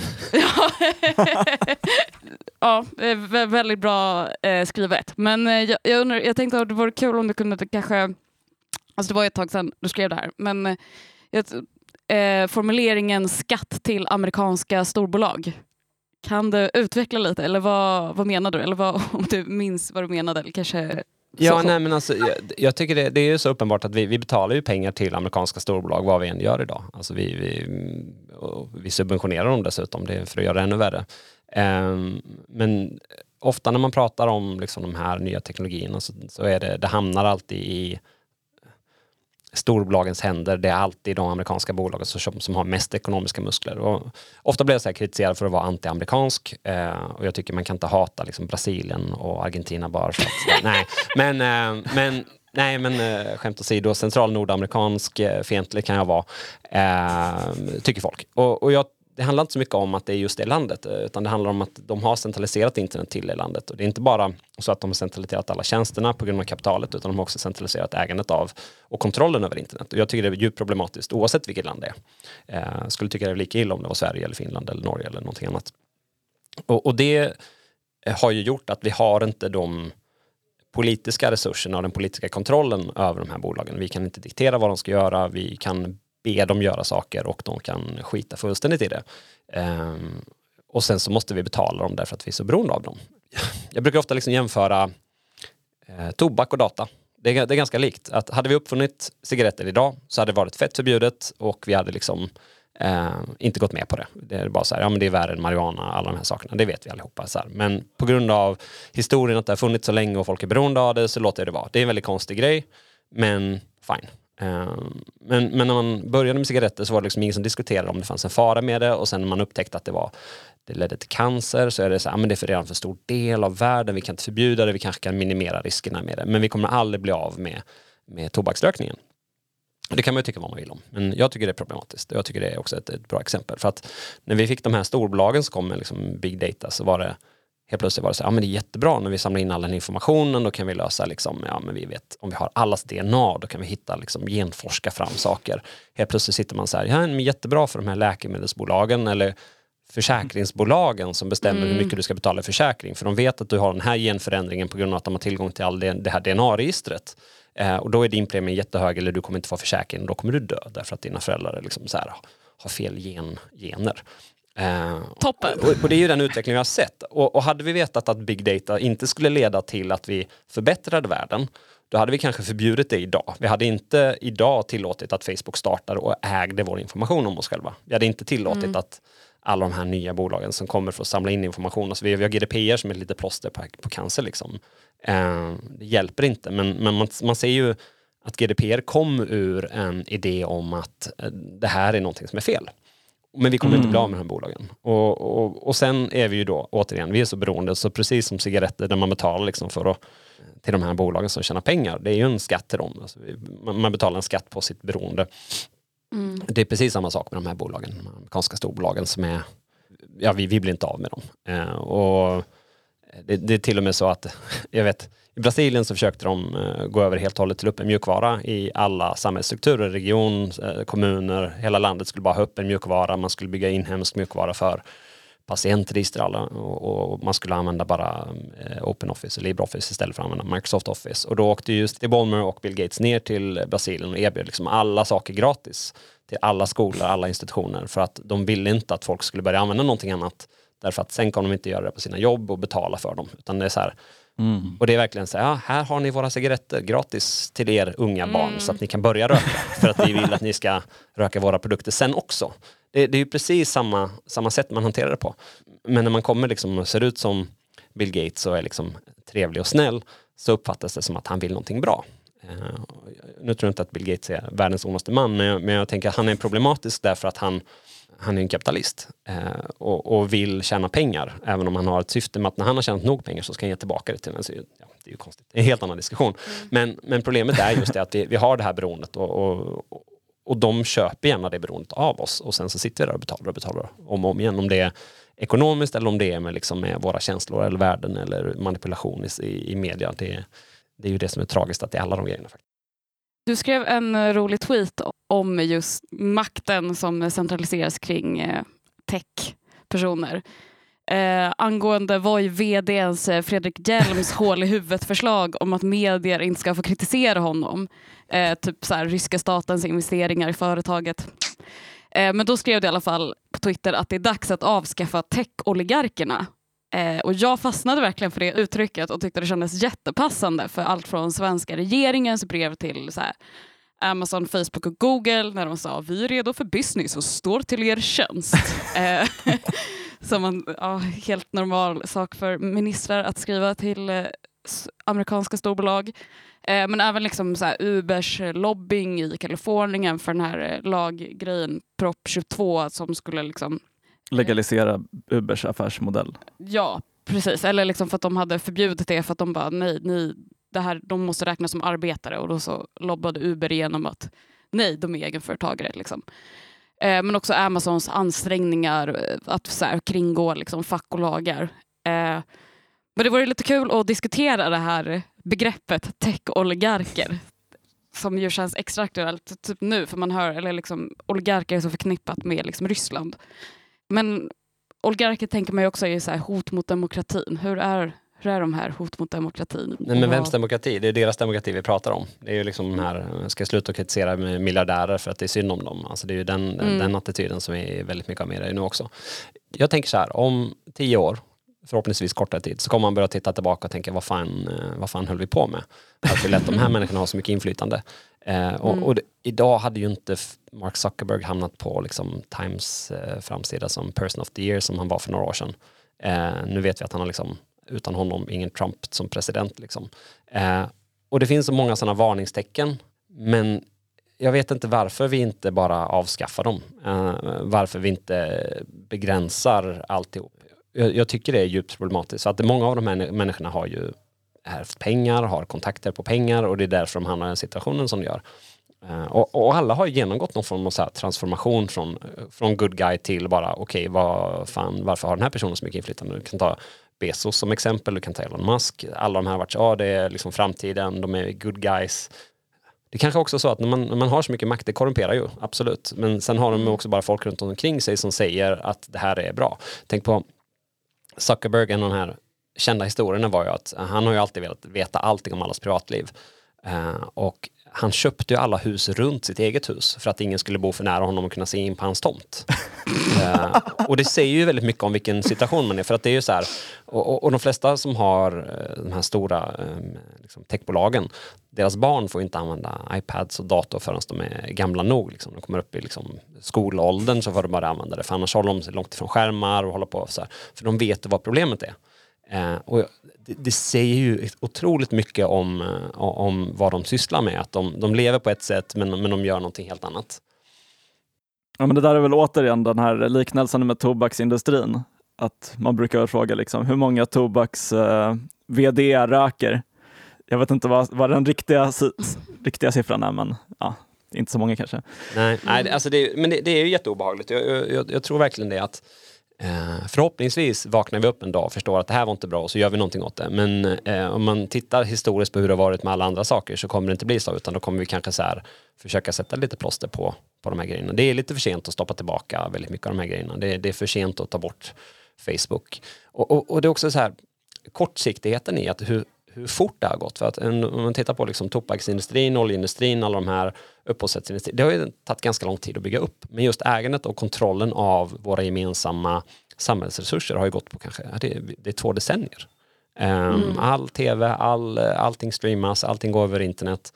Ja, väldigt bra eh, skrivet. Men eh, jag, jag, undrar, jag tänkte att det vore kul om du kunde kanske... Alltså det var ett tag sedan du skrev det här. Men eh, formuleringen skatt till amerikanska storbolag. Kan du utveckla lite? Eller vad, vad menar du? Eller vad, om du minns vad du menade? Eller kanske... Ja, nej, men alltså, jag, jag tycker det, det är ju så uppenbart att vi, vi betalar ju pengar till amerikanska storbolag vad vi än gör idag. Alltså vi, vi, vi subventionerar dem dessutom det för att göra det ännu värre. Um, men ofta när man pratar om liksom, de här nya teknologierna så, så är det, det hamnar alltid i storbolagens händer. Det är alltid de amerikanska bolagen som, som har mest ekonomiska muskler. Och ofta blir jag så här kritiserad för att vara anti-amerikansk. Eh, och jag tycker man kan inte hata liksom, Brasilien och Argentina bara för att... nej, men, eh, men, nej, men eh, skämt åsido, central nordamerikansk eh, fientlig kan jag vara. Eh, tycker folk. Och, och jag Det handlar inte så mycket om att det är just det landet, utan det handlar om att de har centraliserat internet till det landet. Och det är inte bara så att de har centraliserat alla tjänsterna på grund av kapitalet, utan de har också centraliserat ägandet av och kontrollen över internet. Och jag tycker det är djupt problematiskt oavsett vilket land det är. Jag skulle tycka det är lika illa om det var Sverige eller Finland eller Norge eller någonting annat. Och, och det har ju gjort att vi har inte de politiska resurserna och den politiska kontrollen över de här bolagen. Vi kan inte diktera vad de ska göra, vi kan be dem göra saker och de kan skita fullständigt i det. Um, och sen så måste vi betala dem därför att vi är så beroende av dem. Jag brukar ofta liksom jämföra eh, tobak och data. Det är, det är ganska likt. Att hade vi uppfunnit cigaretter idag så hade det varit fett förbjudet och vi hade liksom eh, inte gått med på det. Det är bara så här, ja men det är värre än marijuana, alla de här sakerna. Det vet vi allihopa. Så här. Men på grund av historien att det har funnits så länge och folk är beroende av det så låter det vara. Det är en väldigt konstig grej, men fine. Eh, men, men när man började med cigaretter så var det liksom ingen som diskuterade om det fanns en fara med det och sen när man upptäckte att det var det ledde till cancer så är det så här, men det är för redan för stor del av världen, vi kan inte förbjuda det, vi kanske kan minimera riskerna med det, men vi kommer aldrig bli av med, med tobaksrökningen. Det kan man ju tycka vad man vill om, men jag tycker det är problematiskt och jag tycker det är också ett, ett bra exempel för att när vi fick de här storbolagen som kom med liksom big data så var det helt plötsligt var det så här, ja men det är jättebra när vi samlar in all den informationen, då kan vi lösa liksom, ja men vi vet, om vi har allas D N A, då kan vi hitta liksom, genforska fram saker. Helt plötsligt sitter man så här, ja men jättebra för de här läkemedelsbolagen eller försäkringsbolagen som bestämmer mm. hur mycket du ska betala i försäkring. För de vet att du har den här genförändringen på grund av att de har tillgång till all det, det här D N A-registret. Eh, och då är din premie jättehög eller du kommer inte få försäkring och då kommer du dö därför att dina föräldrar liksom så här, har fel gen, gener. Eh, Toppen! Och, och det är ju den utveckling vi har sett. Och, och hade vi vetat att big data inte skulle leda till att vi förbättrade världen, då hade vi kanske förbjudit det idag. Vi hade inte idag tillåtit att Facebook startar och ägde vår information om oss själva. Vi hade inte tillåtit mm. att alla de här nya bolagen som kommer för att samla in information. Alltså vi, vi har G D P R som är lite plåster på, på cancer. Liksom. Eh, det hjälper inte. Men, men man, man ser ju att G D P R kom ur en idé om att eh, det här är någonting som är fel. Men vi kommer mm. inte bli av med de här bolagen. Och, och, och sen är vi ju då, återigen, vi är så beroende. Så precis som cigaretter där man betalar liksom för att, till de här bolagen som tjänar pengar. Det är ju en skatt till dem. Alltså vi, man betalar en skatt på sitt beroende. Mm. Det är precis samma sak med de här bolagen, de amerikanska storbolagen som är, ja vi, vi blir inte av med dem. Eh, och det, det är till och med så att, jag vet, i Brasilien så försökte de eh, gå över helt och hållet till upp en mjukvara i alla samhällsstrukturer, region, eh, kommuner, hela landet skulle bara ha upp en mjukvara, man skulle bygga inhemsk mjukvara för patientregister alla och, och man skulle använda bara eh, OpenOffice eller LibreOffice istället för att använda Microsoft Office. Och då åkte just Steve Ballmer och Bill Gates ner till Brasilien och erbjöd liksom alla saker gratis till alla skolor, alla institutioner för att de ville inte att folk skulle börja använda någonting annat därför att sen kan de inte göra det på sina jobb och betala för dem. Utan det är så här, mm. och det är verkligen så här, ja, här har ni våra cigaretter gratis till er unga barn mm. så att ni kan börja röka för att vi vill att ni ska röka våra produkter sen också. Det, det är ju precis samma, samma sätt man hanterar det på. Men när man kommer liksom och ser ut som Bill Gates och är liksom trevlig och snäll så uppfattas det som att han vill någonting bra. Uh, nu tror jag inte att Bill Gates är världens ondaste man men jag, men jag tänker att han är problematisk därför att han, han är en kapitalist uh, och, och vill tjäna pengar även om han har ett syfte med att när han har tjänat nog pengar så ska han ge tillbaka det till en. Så, ja, det är ju konstigt. Det är en helt annan diskussion. Mm. Men, men problemet är just det att vi, vi har det här beroendet och, och, och Och de köper gärna det beroendet av oss. Och sen så sitter vi där och betalar och betalar om och om igen. Om det är ekonomiskt eller om det är med, liksom med våra känslor eller värden eller manipulation i, i media. Det, det är ju det som är tragiskt att det är alla de grejerna. Du skrev en rolig tweet om just makten som centraliseras kring eh, tech-personer. Eh, angående Voi V D:s Fredrik Hjelms hål i huvudet-förslag om att medier inte ska få kritisera honom. Eh, typ så här, ryska statens investeringar i företaget. Eh, men då skrev det i alla fall på Twitter att det är dags att avskaffa tech-oligarkerna. Eh, och jag fastnade verkligen för det uttrycket och tyckte det kändes jättepassande för allt från svenska regeringens brev till så här, Amazon, Facebook och Google när de sa vi är redo för business och står till er tjänst. eh, som en ja, helt normal sak för ministrar att skriva till eh, amerikanska storbolag. Eh, men även liksom så här, Ubers lobbying i Kalifornien för den här eh, laggrejen Prop tjugotvå som skulle liksom legalisera Ubers affärsmodell. Ja, precis. Eller liksom för att de hade förbjudit det för att de bara nej, ni, det här, de måste räknas som arbetare och då så lobbade Uber igenom att nej, de är egenföretagare liksom. Eh, men också Amazons ansträngningar att så här, kringgå liksom, fack och lagar. Eh, men det var lite kul att diskutera det här begreppet tech-oligarker som ju känns extra aktuellt typ nu för man hör, eller liksom oligarker är så förknippat med liksom, Ryssland. Men oligarker tänker man ju också är så här hot mot demokratin. Hur är Hur är de här hot mot demokratin? Nej, men vems demokrati? Det är deras demokrati vi pratar om. Det är ju liksom den här, ska jag sluta kritisera med miljardärer för att det är synd om dem. Alltså det är ju den, mm. den attityden som är väldigt mycket av med det nu också. Jag tänker så här, om tio år, förhoppningsvis kortare tid, så kommer man börja titta tillbaka och tänka, vad fan, vad fan höll vi på med? Att vi lät de här människorna ha så mycket inflytande. Eh, och mm. och det, idag hade ju inte Mark Zuckerberg hamnat på liksom, Times eh, framsida som person of the year som han var för några år sedan. Eh, nu vet vi att han har liksom, utan honom ingen Trump som president. Liksom. Eh, och det finns så många sådana varningstecken, men jag vet inte varför vi inte bara avskaffar dem. Eh, varför vi inte begränsar alltihop. Jag, jag tycker det är djupt problematiskt. För att många av de här människorna har ju ärvt pengar, har kontakter på pengar och det är därför de hamnar i den situationen som de gör. Uh, och, och alla har genomgått någon form av så här transformation från, från good guy till bara okej, okay, vad fan, varför har den här personen så mycket inflytande? Du kan ta Bezos som exempel, du kan ta Elon Musk. Alla de här har varit så, ja det är liksom framtiden, de är good guys. Det är kanske också så att när man, när man har så mycket makt, det korrumperar ju, absolut. Men sen har de också bara folk runt omkring sig som säger att det här är bra. Tänk på Zuckerberg, en av de här kända historierna var ju att han har ju alltid velat veta allting om allas privatliv. Uh, och han köpte ju alla hus runt sitt eget hus för att ingen skulle bo för nära honom och kunna se in på hans tomt. uh, och det säger ju väldigt mycket om vilken situation man är. För att det är ju så här, och, och, och de flesta som har uh, de här stora um, liksom techbolagen, deras barn får inte använda iPads och dator förrän de är gamla nog. Liksom. De kommer upp i liksom, skolåldern så får de bara använda det. För annars håller de sig långt ifrån skärmar och håller på så här. För de vet vad problemet är. Uh, och det, det säger ju otroligt mycket om, uh, om vad de sysslar med. Att de, de lever på ett sätt men, men de gör någonting helt annat. Ja, men det där är väl återigen den här liknelsen med tobaksindustrin. Att man brukar fråga liksom, hur många tobaks uh, vd röker. Jag vet inte vad, vad den riktiga, riktiga siffran är, men ja, inte så många kanske. Nej, nej alltså det, men det, det är ju jätteobehagligt. Jag, jag, jag tror verkligen det att Eh, förhoppningsvis vaknar vi upp en dag och förstår att det här var inte bra och så gör vi någonting åt det. Men eh, om man tittar historiskt på hur det har varit med alla andra saker så kommer det inte bli så, utan då kommer vi kanske så här försöka sätta lite plåster på, på de här grejerna. Det är lite för sent att stoppa tillbaka väldigt mycket av de här grejerna. Det, det är för sent att ta bort Facebook. Och, och, och det är också så här kortsiktigheten i att hur, hur fort det har gått. För att en, om man tittar på liksom tobaksindustrin, oljeindustrin, alla de här upphovsrättsindustrin, det har ju tagit ganska lång tid att bygga upp. Men just ägandet och kontrollen av våra gemensamma samhällsresurser har ju gått på kanske, det, det är två decennier. Um, mm. All tv, all, allting streamas, allting går över internet.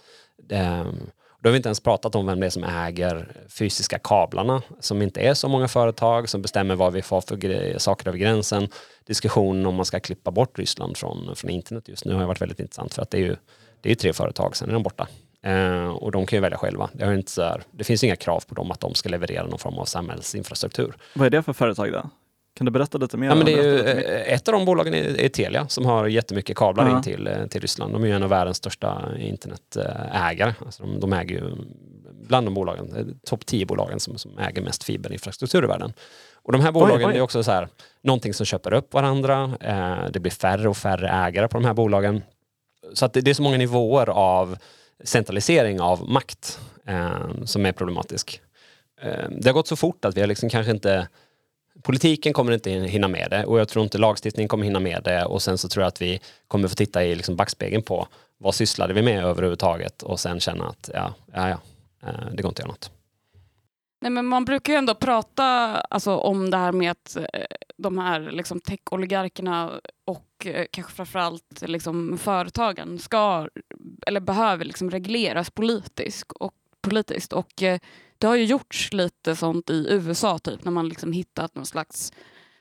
Um, då har vi inte ens pratat om vem det är som äger fysiska kablarna, som inte är så många företag som bestämmer vad vi får för gre- saker över gränsen. Diskussionen om man ska klippa bort Ryssland från, från internet just nu har varit väldigt intressant, för att det är ju, det är ju tre företag, sen är de borta. Uh, och de kan ju välja själva. Det, har inte så här, det finns inga krav på dem att de ska leverera någon form av samhällsinfrastruktur. Vad är det för företag då? Kan du berätta lite mer? Ja, men det är ju, ett av de bolagen är, är Telia som har jättemycket kablar uh-huh. in till, till Ryssland. De är ju en av världens största internetägare. Alltså de, de äger ju bland de bolagen, topp tio bolagen som, som äger mest fiberinfrastruktur i världen. Och de här bolagen oj, oj. är också så här, någonting som köper upp varandra. Eh, det blir färre och färre ägare på de här bolagen. Så att det, det är så många nivåer av centralisering av makt eh, som är problematisk. Eh, det har gått så fort att vi har liksom kanske inte... Politiken kommer inte hinna med det, och jag tror inte lagstiftningen kommer hinna med det, och sen så tror jag att vi kommer få titta i liksom backspegeln på vad sysslade vi med överhuvudtaget och sen känna att ja, ja, ja det går inte att göra något. Nej, men man brukar ju ändå prata alltså, om det här med att de här liksom, tech-oligarkerna och eh, kanske framförallt liksom, företagen ska eller behöver liksom, regleras politiskt och, politiskt och eh, det har ju gjorts lite sånt i U S A typ, när man liksom hittat någon slags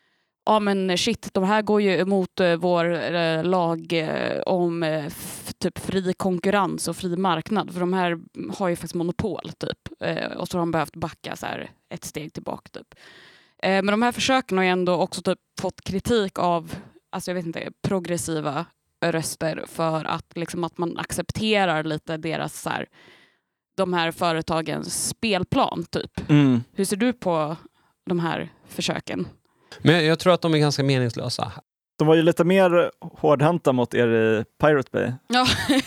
ja men shit, de här går ju emot eh, vår eh, lag eh, om eh, f- typ fri konkurrens och fri marknad, för de här har ju faktiskt monopol typ eh, och så har de behövt backa så här ett steg tillbaka typ. Eh, men de här försöken har ju ändå också typ fått kritik av, alltså jag vet inte, progressiva röster för att liksom att man accepterar lite deras så här, de här företagens spelplan typ. Mm. Hur ser du på de här försöken? Men jag, jag tror att de är ganska meningslösa. De var ju lite mer hårdhänta mot er i Pirate Bay. Ja.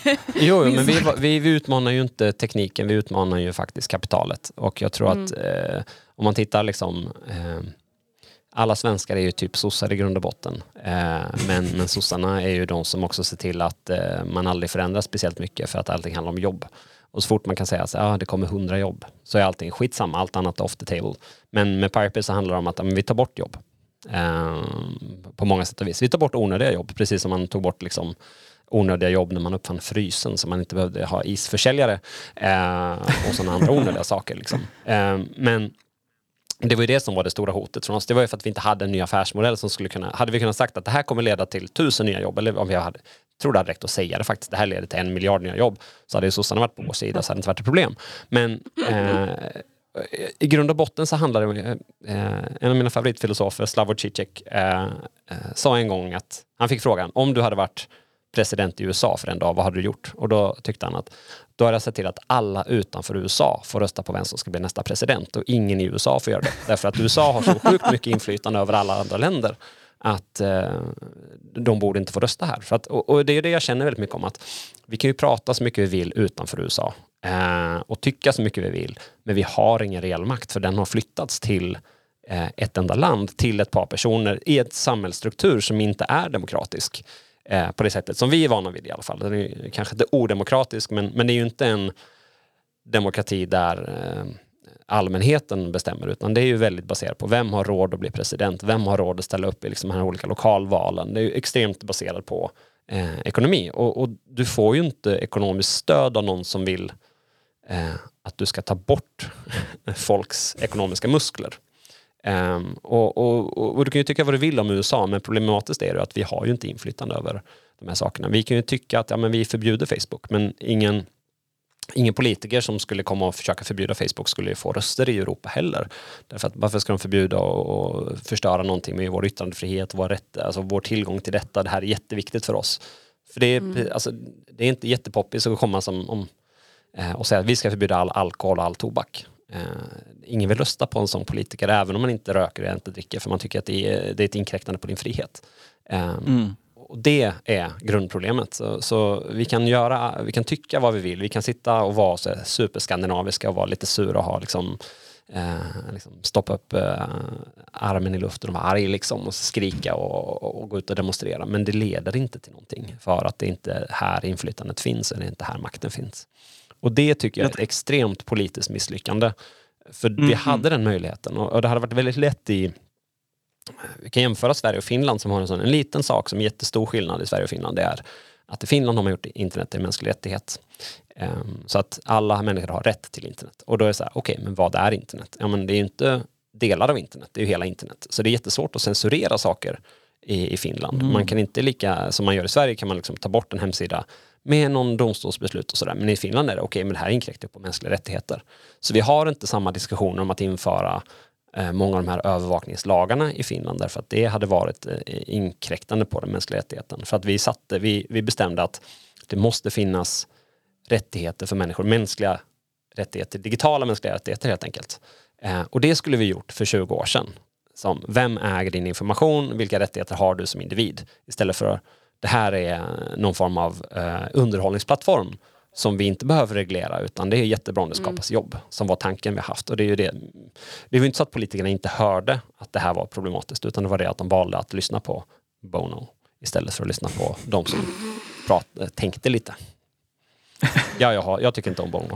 jo, men vi, vi, vi utmanar ju inte tekniken, vi utmanar ju faktiskt kapitalet. Och jag tror mm. att eh, om man tittar liksom... Eh, alla svenskar är ju typ sossar i grund och botten. Eh, men, men sossarna är ju de som också ser till att eh, man aldrig förändras speciellt mycket för att allting handlar om jobb. Och så fort man kan säga att ah, det kommer hundra jobb så är allting skitsamma, allt annat off the table. Men med Pirate så handlar det om att men, vi tar bort jobb. Eh, på många sätt och vis. Vi tar bort onödiga jobb, precis som man tog bort liksom onödiga jobb när man uppfann frysen så man inte behövde ha isförsäljare eh, och sådana andra onödiga saker. Liksom. Eh, men det var ju det som var det stora hotet från oss. Det var ju för att vi inte hade en ny affärsmodell som skulle kunna... Hade vi kunnat sagt att det här kommer leda till tusen nya jobb, eller om vi hade... tror det hade räckt att säga det faktiskt, det här leder till en miljard nya jobb, så hade ju sossarna varit på vår sida, så hade det inte varit ett problem. Men eh, i grund och botten så handlar det om eh, en av mina favoritfilosofer, Slavoj Žižek, eh, eh, sa en gång att han fick frågan, om du hade varit president i U S A för en dag, vad hade du gjort? Och då tyckte han att då har jag sett till att alla utanför U S A får rösta på vem som ska bli nästa president och ingen i U S A får göra det. Därför att U S A har så sjukt mycket inflytande över alla andra länder att eh, de borde inte få rösta här. För att, och, och det är det jag känner väldigt mycket om, att vi kan ju prata så mycket vi vill utanför U S A eh, och tycka så mycket vi vill, men vi har ingen reell makt för den har flyttats till eh, ett enda land, till ett par personer i ett samhällsstruktur som inte är demokratisk. Eh, på det sättet som vi är vana vid i alla fall. Den är kanske inte odemokratisk, men, men det är ju inte en demokrati där eh, allmänheten bestämmer, utan det är ju väldigt baserat på vem har råd att bli president, vem har råd att ställa upp i liksom de här olika lokalvalen. Det är ju extremt baserat på eh, ekonomi. Och, och du får ju inte ekonomiskt stöd av någon som vill eh, att du ska ta bort folks ekonomiska muskler. Um, och, och, och, och du kan ju tycka vad du vill om U S A, men problematiskt är det att vi har ju inte inflytande över de här sakerna. Vi kan ju tycka att ja, men vi förbjuder Facebook, men ingen, ingen politiker som skulle komma och försöka förbjuda Facebook skulle ju få röster i Europa heller. Därför att varför ska de förbjuda och, och förstöra någonting med vår yttrandefrihet, vår, rätt, alltså vår tillgång till detta? Det här är jätteviktigt för oss. För det är, mm. alltså, det är inte jättepoppigt att komma som, om, eh, och säga att vi ska förbjuda all alkohol och all tobak. Uh, ingen vill rösta på en sån politiker även om man inte röker eller inte dricker, för man tycker att det är, det är ett inkräktande på din frihet. Um, mm. Och det är grundproblemet. Så, så vi kan göra, vi kan tycka vad vi vill. Vi kan sitta och vara så superskandinaviska och vara lite sura och ha liksom, uh, liksom stoppa upp uh, armen i luften och vara arg liksom, och skrika och, och, och gå ut och demonstrera. Men det leder inte till någonting, för att det inte här inflytandet finns eller inte här makten finns. Och det tycker jag är ett extremt politiskt misslyckande. För mm. vi hade den möjligheten. Och, och det hade varit väldigt lätt i... Vi kan jämföra Sverige och Finland som har en sån en liten sak som är jättestor skillnad i Sverige och Finland. Det är att i Finland har man gjort internet till mänsklig rättighet. Um, så att alla människor har rätt till internet. Och då är det så här, okej, okay, men vad är internet? Ja, men det är ju inte delar av internet, det är ju hela internet. Så det är jättesvårt att censurera saker i, i Finland. Mm. Man kan inte lika som man gör i Sverige kan man liksom ta bort en hemsida med någon domstolsbeslut och sådär. Men i Finland är det okej, okay, men det här inkräktar på mänskliga rättigheter. Så vi har inte samma diskussioner om att införa eh, många av de här övervakningslagarna i Finland, därför att det hade varit eh, inkräktande på den mänskliga rättigheten. För att vi satte, vi, vi bestämde att det måste finnas rättigheter för människor, mänskliga rättigheter, digitala mänskliga rättigheter helt enkelt. Eh, och det skulle vi gjort för tjugo år sedan. Som, vem äger din information? Vilka rättigheter har du som individ? Istället för det här är någon form av eh, underhållningsplattform som vi inte behöver reglera, utan det är jättebra om det skapas mm. jobb, som var tanken vi har haft. Och det är ju det. Det var inte så att politikerna inte hörde att det här var problematiskt, utan det var det att de valde att lyssna på Bono istället för att lyssna på de som prat, tänkte lite. Ja, jag, har, jag tycker inte om Bono.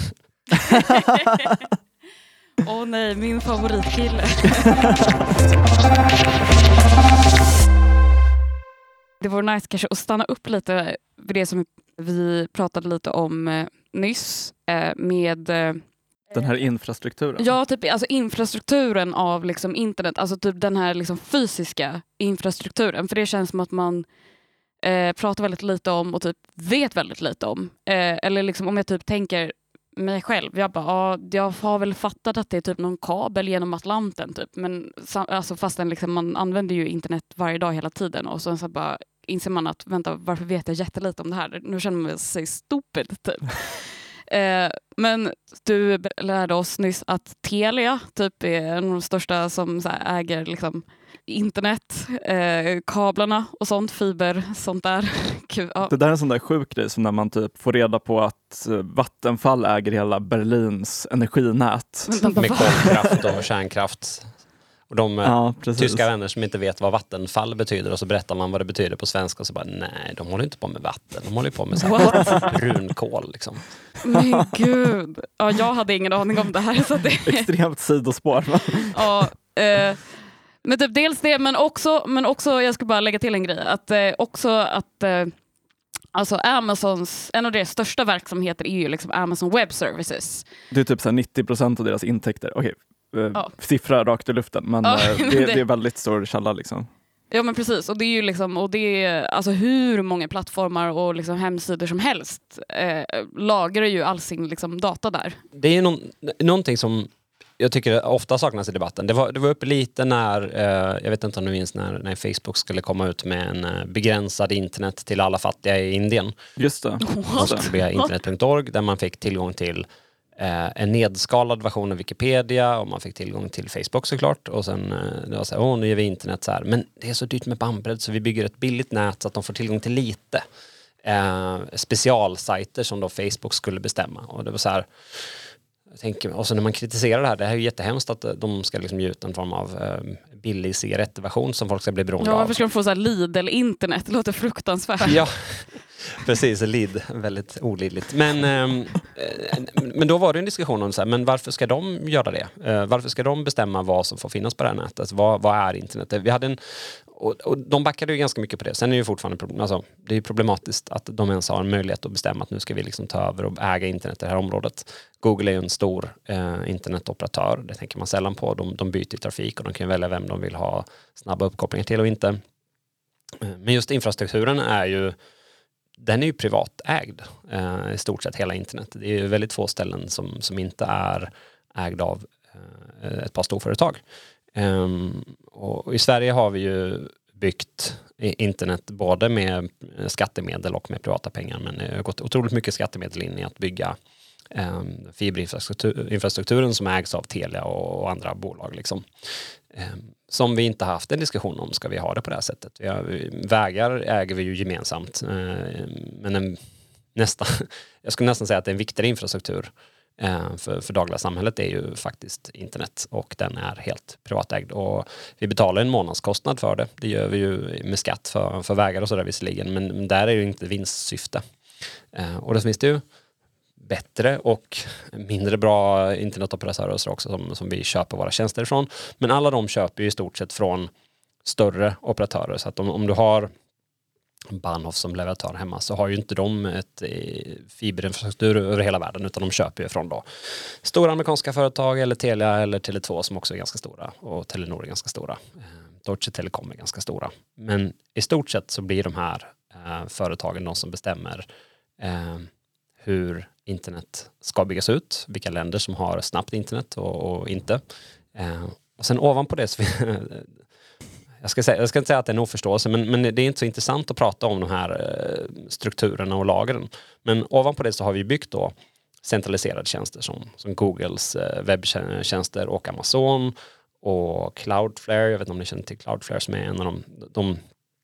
Åh oh, nej, min favoritkille. Det vore nice kanske att stanna upp lite vid det som vi pratade lite om eh, nyss eh, med... Eh, den här infrastrukturen? Ja, typ alltså infrastrukturen av liksom internet. Alltså typ den här liksom fysiska infrastrukturen. För det känns som att man eh, pratar väldigt lite om och typ vet väldigt lite om. Eh, eller liksom om jag typ tänker mig själv. Jag bara, ja, jag har väl fattat att det är typ någon kabel genom Atlanten typ. Men alltså fastän liksom man använder ju internet varje dag hela tiden. Och så, så bara inser man att, vänta, varför vet jag jättelite om det här? Nu känner man sig stupid typ. eh, men du lärde oss nyss att Telia typ är en av de största som så här, äger liksom internet, eh, kablarna och sånt, fiber, sånt där. Ja. Det där är en sån där sjuk grej som när man typ får reda på att Vattenfall äger hela Berlins energinät. Med kolkraft och kärnkraft. Och de Ja, tyska vänner som inte vet vad vattenfall betyder och så berättar man vad det betyder på svenska och så bara nej, de håller inte på med vatten. De håller på med så här brunkol liksom. Men gud. Ja, jag hade ingen aning om det här. Så det... Extremt sidospår. ja, eh, men typ dels det, men också, men också, jag ska bara lägga till en grej. Att eh, också att eh, alltså Amazons, en av deras största verksamheter är ju liksom Amazon Web Services. Det är typ så här nittio procent av deras intäkter. Okej, eh, Ja. siffra rakt i luften, men Ja, eh, det, det är väldigt stor källa liksom. Ja men precis, och det är ju liksom, och det är alltså hur många plattformar och liksom hemsidor som helst eh, lagrar ju all sin liksom data där. Det är ju någon, någonting som jag tycker ofta saknas i debatten. Det var, det var uppe lite när, eh, jag vet inte om du minns när, när Facebook skulle komma ut med en eh, begränsad internet till alla fattiga i Indien. Just det. Alltså, via internet punkt org där man fick tillgång till eh, en nedskalad version av Wikipedia och man fick tillgång till Facebook såklart. Och sen eh, det var så här, åh nu gör vi internet så här. Men det är så dyrt med bandbredd så vi bygger ett billigt nät så att de får tillgång till lite. Eh, specialsajter som då Facebook skulle bestämma. Och det var så här... Jag tänker, och så när man kritiserar det här, det här är ju jättehemskt att de ska liksom ge ut en form av eh, billig cigarettversion som folk ska bli beroende Ja, av. varför ska de få så här Lidl-internet? Det låter fruktansvärt. Ja, precis. Lid, väldigt olidligt. Men, eh, men då var det en diskussion om så här, men varför ska de göra det? Eh, varför ska de bestämma vad som får finnas på det här nätet? Alltså, vad, vad är internet? Vi hade en, och, och de backade ju ganska mycket på det. Sen är det ju fortfarande alltså, det är problematiskt att de ens har en möjlighet att bestämma att nu ska vi liksom ta över och äga internet i det här området. Google är ju en stor eh, internetoperatör. Det tänker man sällan på. De, de byter trafik och de kan välja vem de vill ha snabba uppkopplingar till och inte. Men just infrastrukturen är ju den är ju privatägd eh, i stort sett hela internet. Det är ju väldigt få ställen som, som inte är ägd av eh, ett par storföretag. Um, och i Sverige har vi ju byggt internet både med skattemedel och med privata pengar, men det har gått otroligt mycket skattemedel in i att bygga um, fiberinfrastrukturen som ägs av Telia och, och andra bolag liksom. Um, som vi inte haft en diskussion om, ska vi ha det på det här sättet. Vi har, vägar äger vi ju gemensamt, uh, men en, nästa, jag skulle nästan säga att det är en viktigare infrastruktur För, för dagliga samhället är ju faktiskt internet och den är helt privatägd och vi betalar en månadskostnad för det. Det gör vi ju med skatt för, för vägar och sådär visserligen, men där är det ju inte vinstsyfte. Eh, och det finns det ju bättre och mindre bra internetoperatörer också som, som vi köper våra tjänster ifrån. Men alla de köper ju i stort sett från större operatörer, så att om, om du har Bahnhof som leverantör hemma så har ju inte de ett fiberinfrastruktur över hela världen, utan de köper ju från då stora amerikanska företag eller Telia eller Tele två som också är ganska stora och Telenor är ganska stora. Deutsche Telekom är ganska stora. Men i stort sett så blir de här eh, företagen de som bestämmer eh, hur internet ska byggas ut, vilka länder som har snabbt internet och, och inte. Eh, och sen ovanpå det så Jag ska, säga, jag ska inte säga att det är en oförståelse, men, men det är inte så intressant att prata om de här eh, strukturerna och lagren. Men ovanpå det så har vi byggt då centraliserade tjänster som, som Googles eh, webbtjänster och Amazon och Cloudflare. Jag vet inte om ni känner till Cloudflare som är en av de... de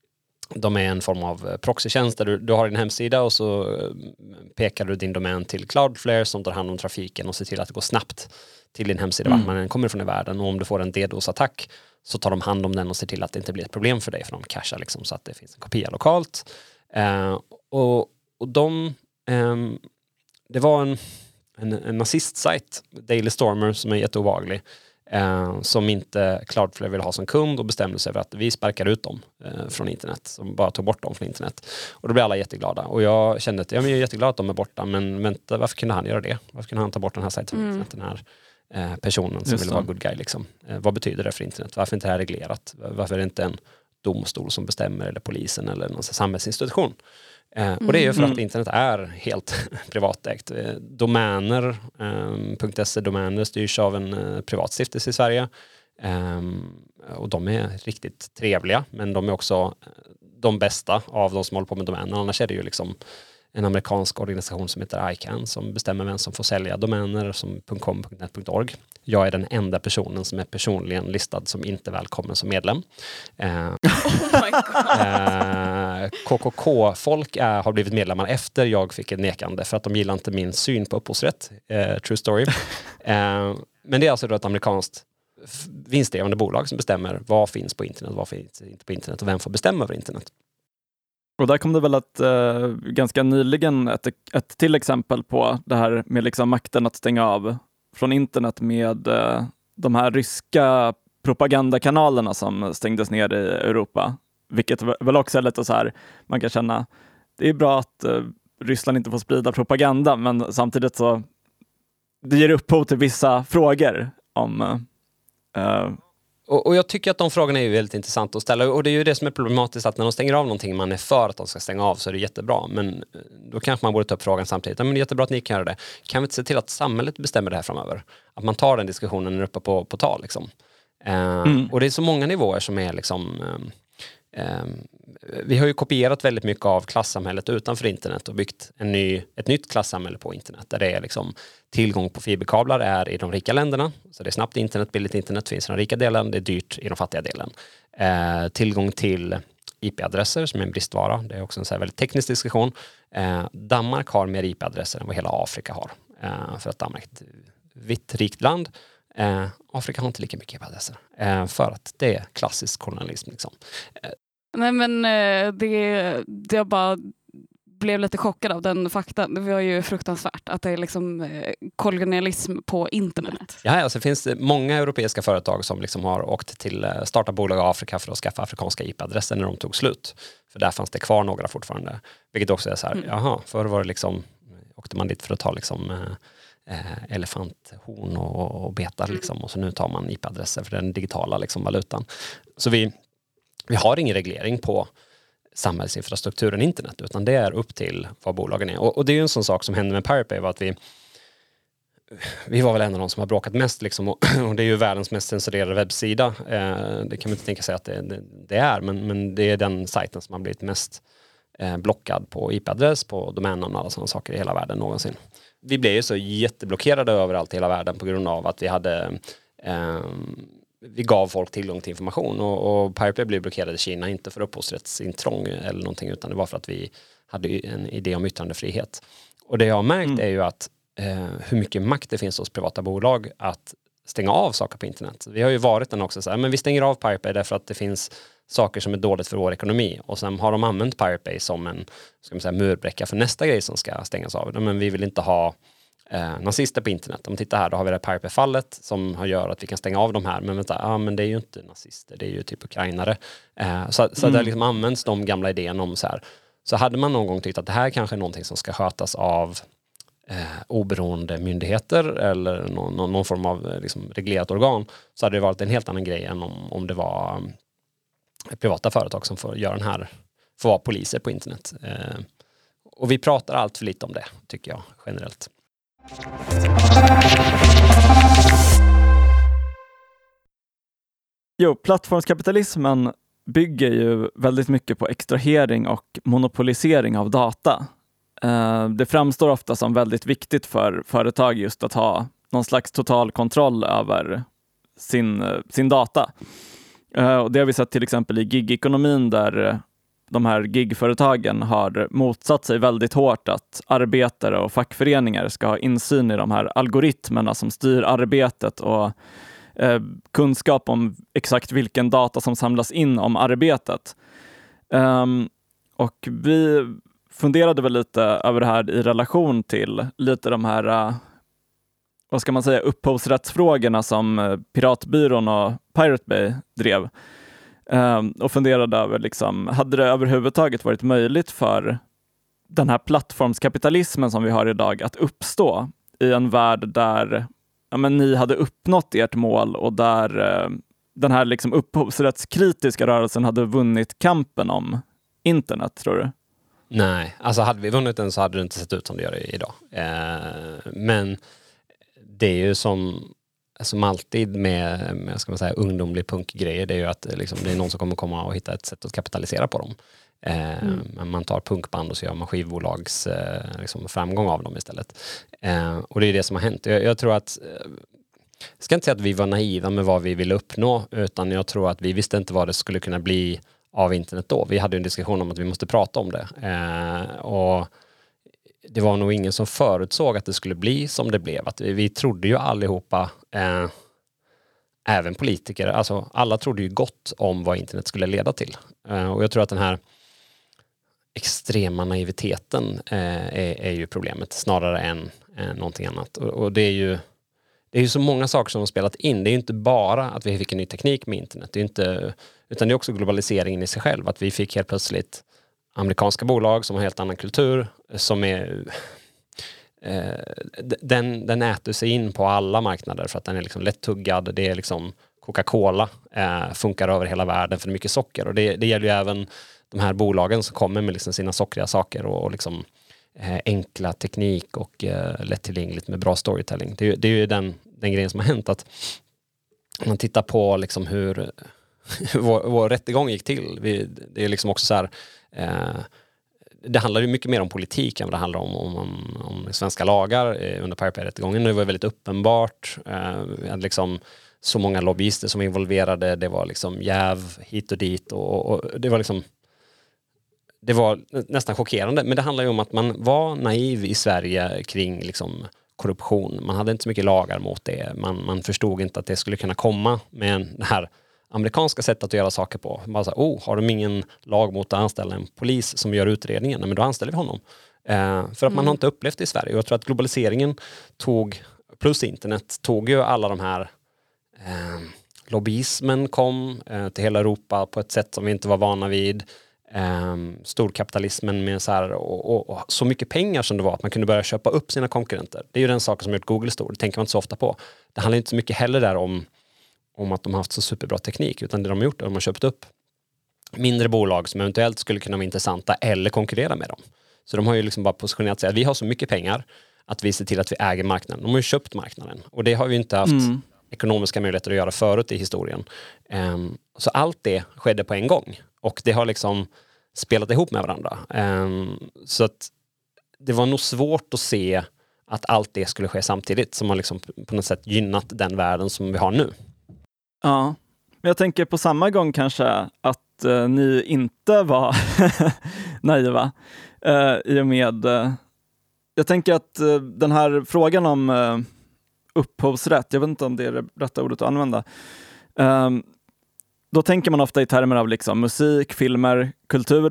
De är en form av proxytjänst där du, du har din hemsida och så pekar du din domän till Cloudflare som tar hand om trafiken och ser till att det går snabbt till din hemsida mm. vart man än kommer från i världen. Och om du får en DDoS-attack så tar de hand om den och ser till att det inte blir ett problem för dig, för de cachar liksom så att det finns en kopia lokalt. Eh, och, och de... Eh, det var en, en, en nazistsajt, Daily Stormer, som är jätteovaglig. Eh, som inte Cloudflare vill ha som kund och bestämde sig för att vi sparkar ut dem eh, från internet, som bara tog bort dem från internet. Och då blev alla jätteglada och jag kände att ja, men jag är jätteglad att de är borta, men vänta, varför kunde han göra det? Varför kunde han ta bort den här sajten från mm. internet, den här eh, personen som vill vara good guy liksom? Eh, vad betyder det för internet? Varför är inte det här reglerat? Varför är det inte en domstol som bestämmer, eller polisen eller någon samhällsinstitution? Eh, och det är ju för att internet är helt privatägt. Eh, domäner, eh, .se-domäner styrs av en eh, privatstiftelse i Sverige. Eh, och de är riktigt trevliga, men de är också de bästa av de som håller på med domäner. Annars är det ju liksom en amerikansk organisation som heter I C A N som bestämmer vem som får sälja domäner som .com, .net, .org. Jag är den enda personen som är personligen listad som inte välkommen som medlem. Eh, oh my God. eh, K K K-folk är, har blivit medlemmar efter jag fick ett nekande för att de gillar inte min syn på upphovsrätt. Eh, true story. Eh, men det är alltså då ett amerikanskt vinstdrivande bolag som bestämmer vad finns på internet, vad finns inte på internet och vem får bestämma över internet. Och där kom det väl ett, eh, ganska nyligen ett, ett till exempel på det här med liksom makten att stänga av från internet med eh, de här ryska propagandakanalerna som stängdes ner i Europa. Vilket väl också är lite så här, man kan känna, det är bra att eh, Ryssland inte får sprida propaganda, men samtidigt så det ger upphov till vissa frågor om eh, Och, och jag tycker att de frågorna är ju väldigt intressanta att ställa. Och det är ju det som är problematiskt, att när de stänger av någonting man är för att de ska stänga av, så är det jättebra. Men då kanske man borde ta upp frågan samtidigt. Men det är jättebra att ni kan göra det. Kan vi inte se till att samhället bestämmer det här framöver? Att man tar den diskussionen när uppe på, på tal. Liksom. Uh, mm. Och det är så många nivåer som är liksom... Um, um, vi har ju kopierat väldigt mycket av klassamhället utanför internet och byggt en ny, ett nytt klassamhälle på internet, där det är liksom tillgång på fiberkablar är i de rika länderna, så det är snabbt internet, billigt internet finns i den rika delen, det är dyrt i den fattiga delen. Eh, tillgång till I P-adresser som är en bristvara, det är också en så här väldigt teknisk diskussion. Eh, Danmark har mer I P-adresser än vad hela Afrika har, eh, för att Danmark är ett vitt, rikt land. Eh, Afrika har inte lika mycket I P-adresser, eh, för att det är klassisk kolonialism liksom. Eh, Nej, men det, det bara blev lite chockad av den faktan. Det var ju fruktansvärt att det är liksom kolonialism på internet. Ja, alltså det finns många europeiska företag som liksom har åkt till starta bolag i Afrika för att skaffa afrikanska I P-adresser när de tog slut. För där fanns det kvar några fortfarande. Vilket också är så här, mm. jaha, förr var det liksom, åkte man dit för att ta liksom eh, elefanthorn och, och beta mm. liksom, och så nu tar man I P-adresser för den digitala liksom, valutan. Så vi Vi har ingen reglering på samhällsinfrastrukturen internet, utan det är upp till vad bolagen är. Och, och det är ju en sån sak som hände med Pirate Bay, var att vi vi var väl en av de som har bråkat mest liksom, och, och det är ju världens mest censurerade webbsida. Eh, det kan man inte tänka sig att det, det, det är, men, men det är den sajten som har blivit mest eh, blockad på I P-adress, på domännamn och alla sådana saker i hela världen någonsin. Vi blev ju så jätteblockerade överallt i hela världen på grund av att vi hade eh, vi gav folk tillgång till information, och, och Pirate Bay blev blockerad i Kina inte för upphovsrättsintrång eller någonting, utan det var för att vi hade en idé om yttrandefrihet. Och det jag har märkt mm. är ju att eh, hur mycket makt det finns hos privata bolag att stänga av saker på internet. Vi har ju varit den också så här, men vi stänger av Pirate Bay därför att det finns saker som är dåligt för vår ekonomi, och sen har de använt Pirate Bay som en, ska man säga, murbräcka för nästa grej som ska stängas av. Men vi vill inte ha Eh, nazister på internet. Om tittar här, då har vi det Pirate Bay-fallet som gör att vi kan stänga av de här. Men vänta, ja, men det är ju inte nazister, det är ju typ ukrainare. Eh, så så mm. det liksom används de gamla idéerna om så här. Så hade man någon gång tyckt att det här kanske är någonting som ska skötas av eh, oberoende myndigheter eller någon, någon, någon form av liksom, reglerat organ, så hade det varit en helt annan grej än om, om det var eh, privata företag som får göra den här, får vara poliser på internet. Eh, och vi pratar allt för lite om det, tycker jag, generellt. Jo, plattformskapitalismen bygger ju väldigt mycket på extrahering och monopolisering av data. Eh, det framstår ofta som väldigt viktigt för företag just att ha någon slags total kontroll över sin, sin data. Eh, och det har vi sett till exempel i gigekonomin, där de här gigföretagen har motsatt sig väldigt hårt att arbetare och fackföreningar ska ha insyn i de här algoritmerna som styr arbetet, och eh, kunskap om exakt vilken data som samlas in om arbetet. Um, och vi funderade väl lite över det här i relation till lite de här uh, vad ska man säga, upphovsrättsfrågorna som uh, Piratbyrån och Pirate Bay drev. Um, och funderade över, liksom, hade det överhuvudtaget varit möjligt för den här plattformskapitalismen som vi har idag att uppstå i en värld där ja, men ni hade uppnått ert mål, och där uh, den här liksom upphovsrättskritiska rörelsen hade vunnit kampen om internet, tror du? Nej, alltså hade vi vunnit den så hade det inte sett ut som det gör idag. Eh, men det är ju som som alltid med, med ska man säga, ungdomlig punkgrejer, det är ju att liksom, det är någon som kommer komma och hitta ett sätt att kapitalisera på dem. Eh, mm. Man tar punkband och så gör man skivbolags eh, liksom, framgång av dem istället. Eh, och det är det som har hänt. Jag, jag tror att eh, jag ska inte säga att vi var naiva med vad vi ville uppnå, utan jag tror att vi visste inte vad det skulle kunna bli av internet då. Vi hade en diskussion om att vi måste prata om det. Eh, och det var nog ingen som förutsåg att det skulle bli som det blev. Att vi, vi trodde ju allihopa, eh, även politiker, alltså alla trodde ju gott om vad internet skulle leda till. Uh, och jag tror att den här extrema naiviteten uh, är, är ju problemet snarare än uh, någonting annat. Och, och det är ju det är ju så många saker som har spelat in. Det är ju inte bara att vi fick en ny teknik med internet, det är inte, utan det är också globaliseringen i sig själv. Att vi fick helt plötsligt amerikanska bolag som har helt annan kultur, som är eh, den, den äter sig in på alla marknader för att den är liksom lättuggad. Det är liksom Coca-Cola eh, funkar över hela världen för det är mycket socker. Och det, det gäller ju även de här bolagen som kommer med liksom sina sockriga saker och, och liksom eh, enkla teknik och eh, lättillgängligt med bra storytelling. Det, det är ju den, den grejen som har hänt, att om man tittar på liksom hur vår, vår rättegång gick till. Vi, det är liksom också så här, eh, det handlar ju mycket mer om politik än vad det handlar om, om, om, om svenska lagar eh, under Pirate-rättegången. Det var väldigt uppenbart. Eh, vi hade liksom så många lobbyister som var involverade. Det var liksom jäv hit och dit och, och det var liksom det var nästan chockerande. Men det handlar ju om att man var naiv i Sverige kring liksom korruption. Man hade inte så mycket lagar mot det. Man, man förstod inte att det skulle kunna komma med det här amerikanska sättet att göra saker på. Bara så här, oh, har de ingen lag mot att anställa en polis som gör utredningen? Nej, men då anställer vi honom. Eh, för att man Mm. har inte upplevt det i Sverige. Och jag tror att globaliseringen tog, plus internet, tog ju alla de här eh, lobbyismen kom eh, till hela Europa på ett sätt som vi inte var vana vid. Eh, storkapitalismen med så här, och, och, och så mycket pengar som det var att man kunde börja köpa upp sina konkurrenter. Det är ju den saken som gjort Google stor. Det tänker man inte så ofta på. Det handlar inte så mycket heller där om om att de har haft så superbra teknik, utan det de har gjort är att de har köpt upp mindre bolag som eventuellt skulle kunna vara intressanta eller konkurrera med dem. Så de har ju liksom bara positionerat sig att vi har så mycket pengar att vi ser till att vi äger marknaden. De har ju köpt marknaden och det har vi inte haft mm. ekonomiska möjligheter att göra förut i historien. Um, så allt det skedde på en gång och det har liksom spelat ihop med varandra. Um, så att det var nog svårt att se att allt det skulle ske samtidigt som har liksom på något sätt gynnat den världen som vi har nu. Ja, men jag tänker på samma gång kanske att eh, ni inte var naiva eh, i och med eh, jag tänker att eh, den här frågan om eh, upphovsrätt, jag vet inte om det är det rätta ordet att använda, eh, då tänker man ofta i termer av liksom musik, filmer, kultur.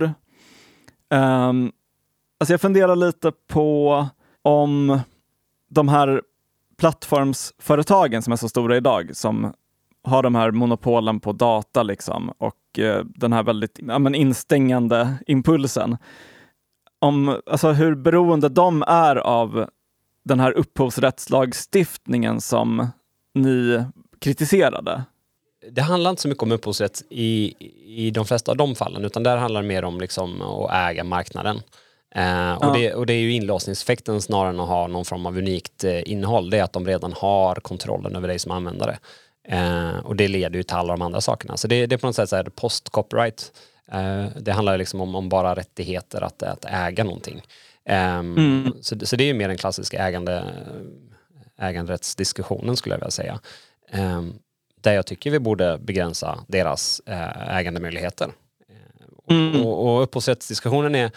Eh, alltså jag funderar lite på om de här plattformsföretagen som är så stora idag, som har de här monopolen på data liksom, och eh, den här väldigt ja, men instängande impulsen. Om, alltså hur beroende de är av den här upphovsrättslagstiftningen som ni kritiserade. Det handlar inte så mycket om upphovsrätt i, i de flesta av de fallen, utan där handlar det mer om liksom att äga marknaden. Eh, och, ja. det, och det är ju inlåsningseffekten snarare än att ha någon form av unikt eh, innehåll. Det är att de redan har kontrollen över dig som användare. Eh, och det leder ju till alla de andra sakerna. Så det, det är på något sätt så här post-copyright. Eh, det handlar liksom om, om bara rättigheter att, att äga någonting. Eh, mm. så, så det är ju mer den klassiska ägande, äganderättsdiskussionen skulle jag vilja säga. Eh, där jag tycker vi borde begränsa deras eh, ägandemöjligheter. Eh, mm. Och, och upphovsrättsdiskussionen är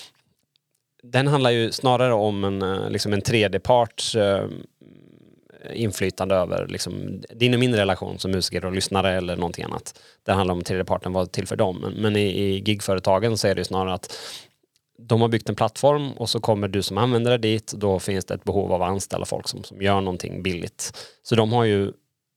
den handlar ju snarare om en, liksom en tredjeparts eh, inflytande över liksom, din och min relation som musiker och lyssnare eller någonting annat. Det handlar om tredjeparten, vad till för dem. Men, men i, i gigföretagen så är det snarare att de har byggt en plattform och så kommer du som användare dit. Då finns det ett behov av att anställa folk som, som gör någonting billigt. Så de har ju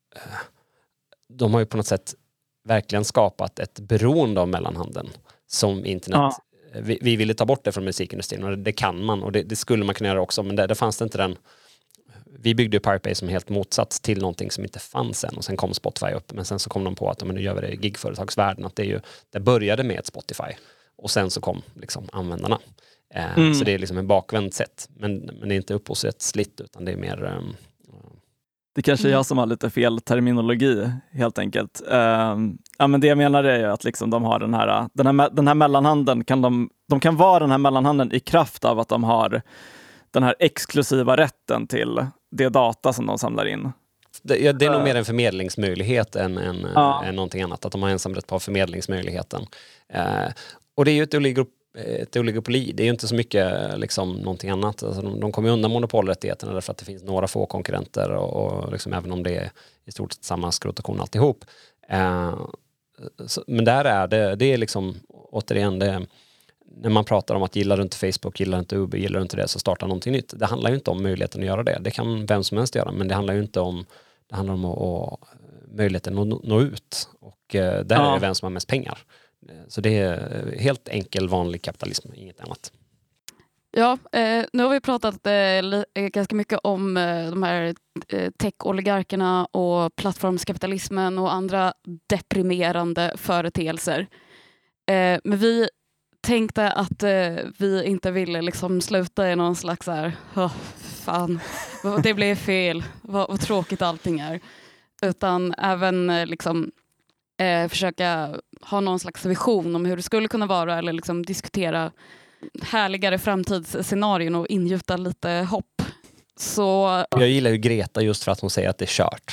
de har ju på något sätt verkligen skapat ett beroende av mellanhanden som internet. Ja. Vi, vi ville ta bort det från musikindustrin och det, det kan man och det, det skulle man kunna göra också, men det, det fanns det inte den. Vi byggde ju Pirate Bay som helt motsats till någonting som inte fanns än och sen kom Spotify upp, men sen så kom de på att men nu gör vi det i gigföretagsvärlden, att det är ju, det började med ett Spotify och sen så kom liksom användarna. Eh, mm. Så det är liksom en bakvänd sätt, men, men det är inte upphovsrättsligt utan det är mer um, det kanske är jag som har lite fel terminologi helt enkelt. Uh, ja, men det jag menar är ju att liksom de har den här, den här, den här mellanhanden, kan de, de kan vara den här mellanhanden i kraft av att de har den här exklusiva rätten till det data som de samlar in. Det, ja, det är uh. nog mer en förmedlingsmöjlighet än, än, uh. än någonting annat, att de har ensamrätt på förmedlingsmöjligheten. Uh, och det är ju ett ett oligopoli. Det är ju inte så mycket liksom någonting annat. Alltså de, de kommer undan monopolrättigheterna därför att det finns några få konkurrenter och, och liksom även om det är i stort sett samma skrot och korn alltihop. Eh, så, men där är det, det är liksom återigen det, när man pratar om att gillar du inte Facebook, gillar du inte Uber, gillar du inte det så starta någonting nytt. Det handlar ju inte om möjligheten att göra det. Det kan vem som helst göra, men det handlar ju inte om det handlar om att, att möjligheten att nå, nå ut och eh, där ja. är det vem som har mest pengar. Så det är helt enkel vanlig kapitalism, inget annat. Ja, eh, nu har vi pratat eh, li- ganska mycket om eh, de här eh, tech-oligarkerna och plattformskapitalismen och andra deprimerande företeelser. Eh, men vi tänkte att eh, vi inte ville liksom sluta i någon slags så här, oh, fan, det blev fel, vad, vad tråkigt allting är. Utan även eh, liksom eh, försöka ha någon slags vision om hur det skulle kunna vara eller liksom diskutera härligare framtidsscenarion och ingjuta lite hopp. Så... Jag gillar ju Greta just för att hon säger att det är kört.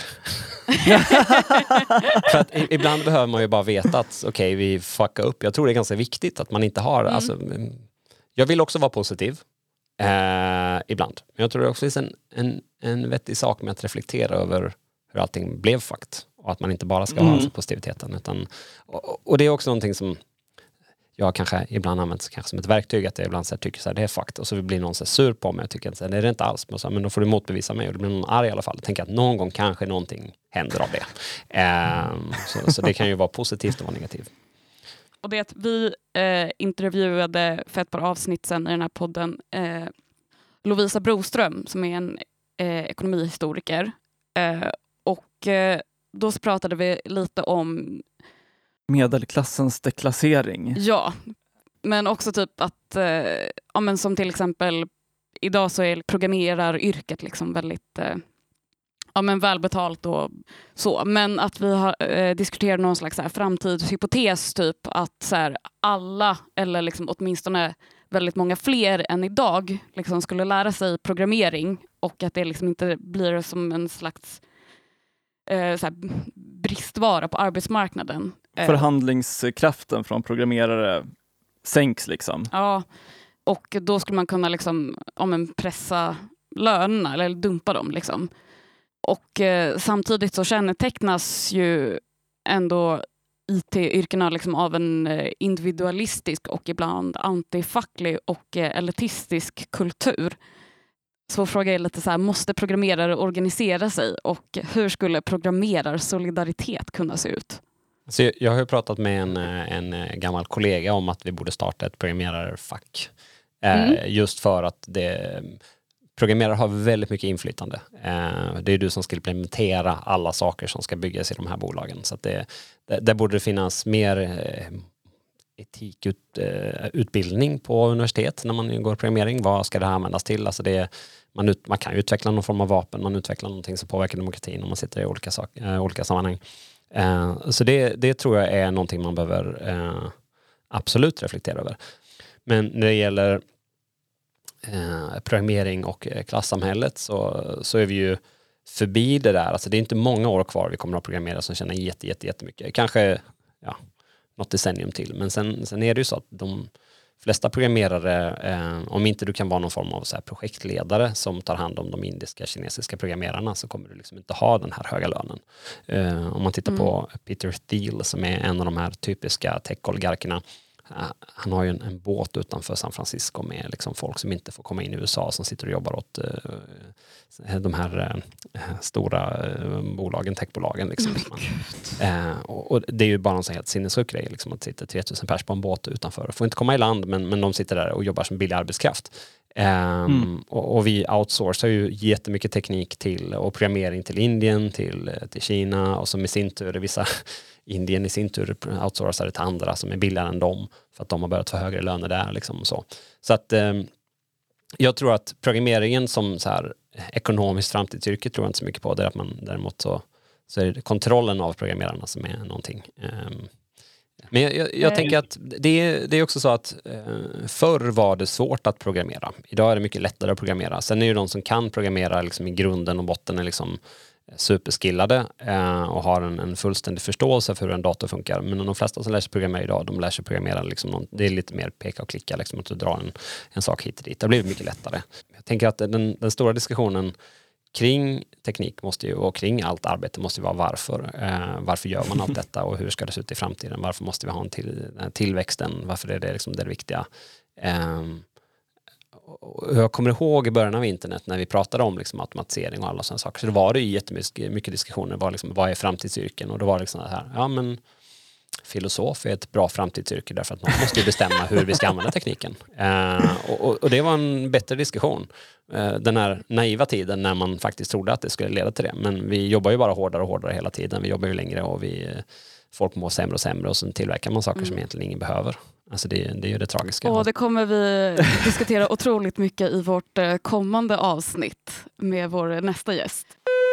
För att ibland behöver man ju bara veta att okej, okay, vi fuckar upp. Jag tror det är ganska viktigt att man inte har... Mm. Alltså, jag vill också vara positiv eh, ibland. Men jag tror det också finns en, en, en vettig sak med att reflektera över hur allting blev fakt. Och att man inte bara ska mm. ha alltså positiviteten. Utan, och, och det är också någonting som jag kanske ibland använder kanske som ett verktyg, att jag ibland så här, tycker så här, det är fakt och så blir någon så här, sur på mig och tycker att det är det inte alls, men, så här, men då får du motbevisa mig och det blir någon arg i alla fall. Jag tänker att någon gång kanske någonting händer av det. Um, så, så det kan ju vara positivt och vara negativt. Och det att vi eh, intervjuade för ett par avsnitt sedan i den här podden eh, Lovisa Broström som är en eh, ekonomihistoriker eh, och eh, då så pratade vi lite om medelklassens deklassering. Ja, men också typ att, eh, ja, men som till exempel idag så är programmeraryrket liksom väldigt eh, ja, men välbetalt och så. Men att vi har eh, diskuterat någon slags så här, framtidshypotes typ att så här, alla eller liksom åtminstone väldigt många fler än idag liksom skulle lära sig programmering och att det liksom inte blir som en slags eh, så här, bristvara på arbetsmarknaden. Förhandlingskraften från programmerare sänks liksom. Ja, och då skulle man kunna liksom, om en pressa lönerna eller dumpa dem. Liksom. Och eh, samtidigt så kännetecknas ju ändå I T-yrkena liksom av en eh, individualistisk och ibland antifacklig och eh, elitistisk kultur. Så frågar jag lite så här, måste programmerare organisera sig och hur skulle programmerarsolidaritet kunna se ut? Så jag har ju pratat med en, en gammal kollega om att vi borde starta ett programmerarfack. Mm. Eh, just för att det, programmerare har väldigt mycket inflytande. Eh, det är du som ska implementera alla saker som ska byggas i de här bolagen. Så att det, det, där borde det finnas mer eh, etikutbildning eh, på universitet när man går programmering. Vad ska det här användas till? Alltså det, man, ut, man kan utveckla någon form av vapen, man utvecklar någonting som påverkar demokratin om man sitter i olika, sak, eh, olika sammanhang. Uh, så det, det tror jag är någonting man behöver uh, absolut reflektera över. Men när det gäller uh, programmering och uh, klassamhället så, så är vi ju förbi det där. Alltså det är inte många år kvar vi kommer att programmera som känner jätte, jätte, jättemycket. Kanske ja, något decennium till. Men sen, sen är det ju så att de flesta programmerare, eh, om inte du kan vara någon form av så här projektledare som tar hand om de indiska, kinesiska programmerarna så kommer du liksom inte ha den här höga lönen. Eh, om man tittar mm. på Peter Thiel som är en av de här typiska tech-oligarkerna. Uh, han har ju en, en båt utanför San Francisco med liksom folk som inte får komma in i U S A som sitter och jobbar åt uh, de här uh, stora uh, bolagen, techbolagen. Liksom. Mm. Uh, och, och det är ju bara en sån helt sinnessjuk grej liksom, att sitta tre tusen pers på en båt utanför. Får inte komma i land men, men de sitter där och jobbar som billig arbetskraft. Um, mm. och, och vi outsourcar ju jättemycket teknik till och programmering till Indien, till, till Kina och som i sin tur är vissa Indien i sin tur outsourcar det till andra som är billigare än dem för att de har börjat få högre löner där. Liksom så så att eh, jag tror att programmeringen som så här, ekonomiskt framtidsyrke tror jag inte så mycket på. Det är att man, däremot så, så är det kontrollen av programmerarna som är någonting. Eh, men jag, jag, jag tänker att det är, det är också så att eh, förr var det svårt att programmera. Idag är det mycket lättare att programmera. Sen är det de som kan programmera liksom, i grunden och botten är liksom superskillade eh, och har en, en fullständig förståelse för hur en dator funkar. Men de flesta som lär sig programmera idag, de lär sig programmera liksom någon, det är lite mer peka och klicka, liksom, att du drar en, en sak hit och dit. Det blir mycket lättare. Jag tänker att den, den stora diskussionen kring teknik måste ju, och kring allt arbete måste ju vara varför. Eh, varför gör man allt detta och hur ska det se ut i framtiden? Varför måste vi ha en till, den här tillväxten? Varför är det liksom det viktiga? Eh, Jag kommer ihåg i början av internet när vi pratade om liksom automatisering och alla sådana saker, så det var det ju jättemycket mycket diskussioner, var liksom, vad är framtidsyrken? Och då var det liksom här, ja men filosof är ett bra framtidsyrke därför att någon måste ju bestämma hur vi ska använda tekniken. Eh, och, och det var en bättre diskussion. Eh, den här naiva tiden när man faktiskt trodde att det skulle leda till det. Men vi jobbar ju bara hårdare och hårdare hela tiden. Vi jobbar ju längre och vi, folk mår sämre och sämre och så tillverkar man saker mm. som egentligen ingen behöver. Alltså det, det är ju det tragiska. Och det kommer vi diskutera otroligt mycket i vårt kommande avsnitt med vår nästa gäst.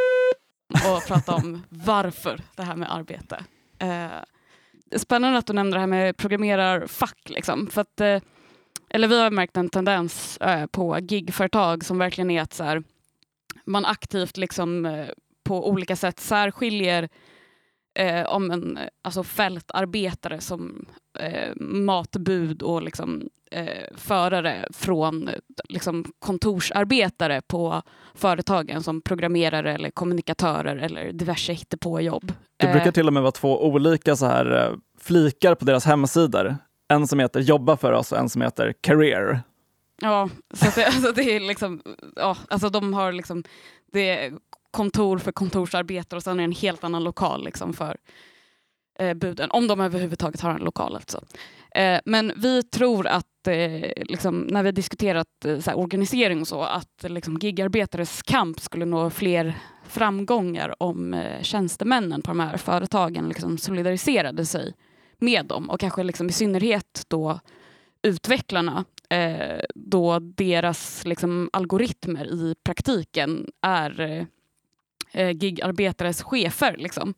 Och prata om varför det här med arbete. Eh, spännande att du nämnde det här med programmerarfack. Liksom. För att, eh, eller vi har märkt en tendens eh, på gigföretag som verkligen är att så här, man aktivt liksom, eh, på olika sätt särskiljer Eh, om en alltså fältarbetare som eh, matbud och liksom, eh, förare från liksom, kontorsarbetare på företagen som programmerare eller kommunikatörer eller diverse hittepåjobb. Det brukar till och med vara två olika så här, eh, flikar på deras hemsidor. En som heter jobba för oss och en som heter career. Ja, så att det, alltså det är liksom, ja, alltså de har liksom, det är kontor för kontorsarbetare och sen är det en helt annan lokal liksom för eh, buden. Om de överhuvudtaget har en lokal alltså. Eh, men vi tror att eh, liksom, när vi har diskuterat eh, så här, organisering och så, att liksom, gigarbetares kamp skulle nå fler framgångar om eh, tjänstemännen på de här företagen liksom, solidariserade sig med dem. Och kanske liksom, i synnerhet då utvecklarna, eh, då deras liksom, algoritmer i praktiken är eh, gigarbetares chefer. Liksom.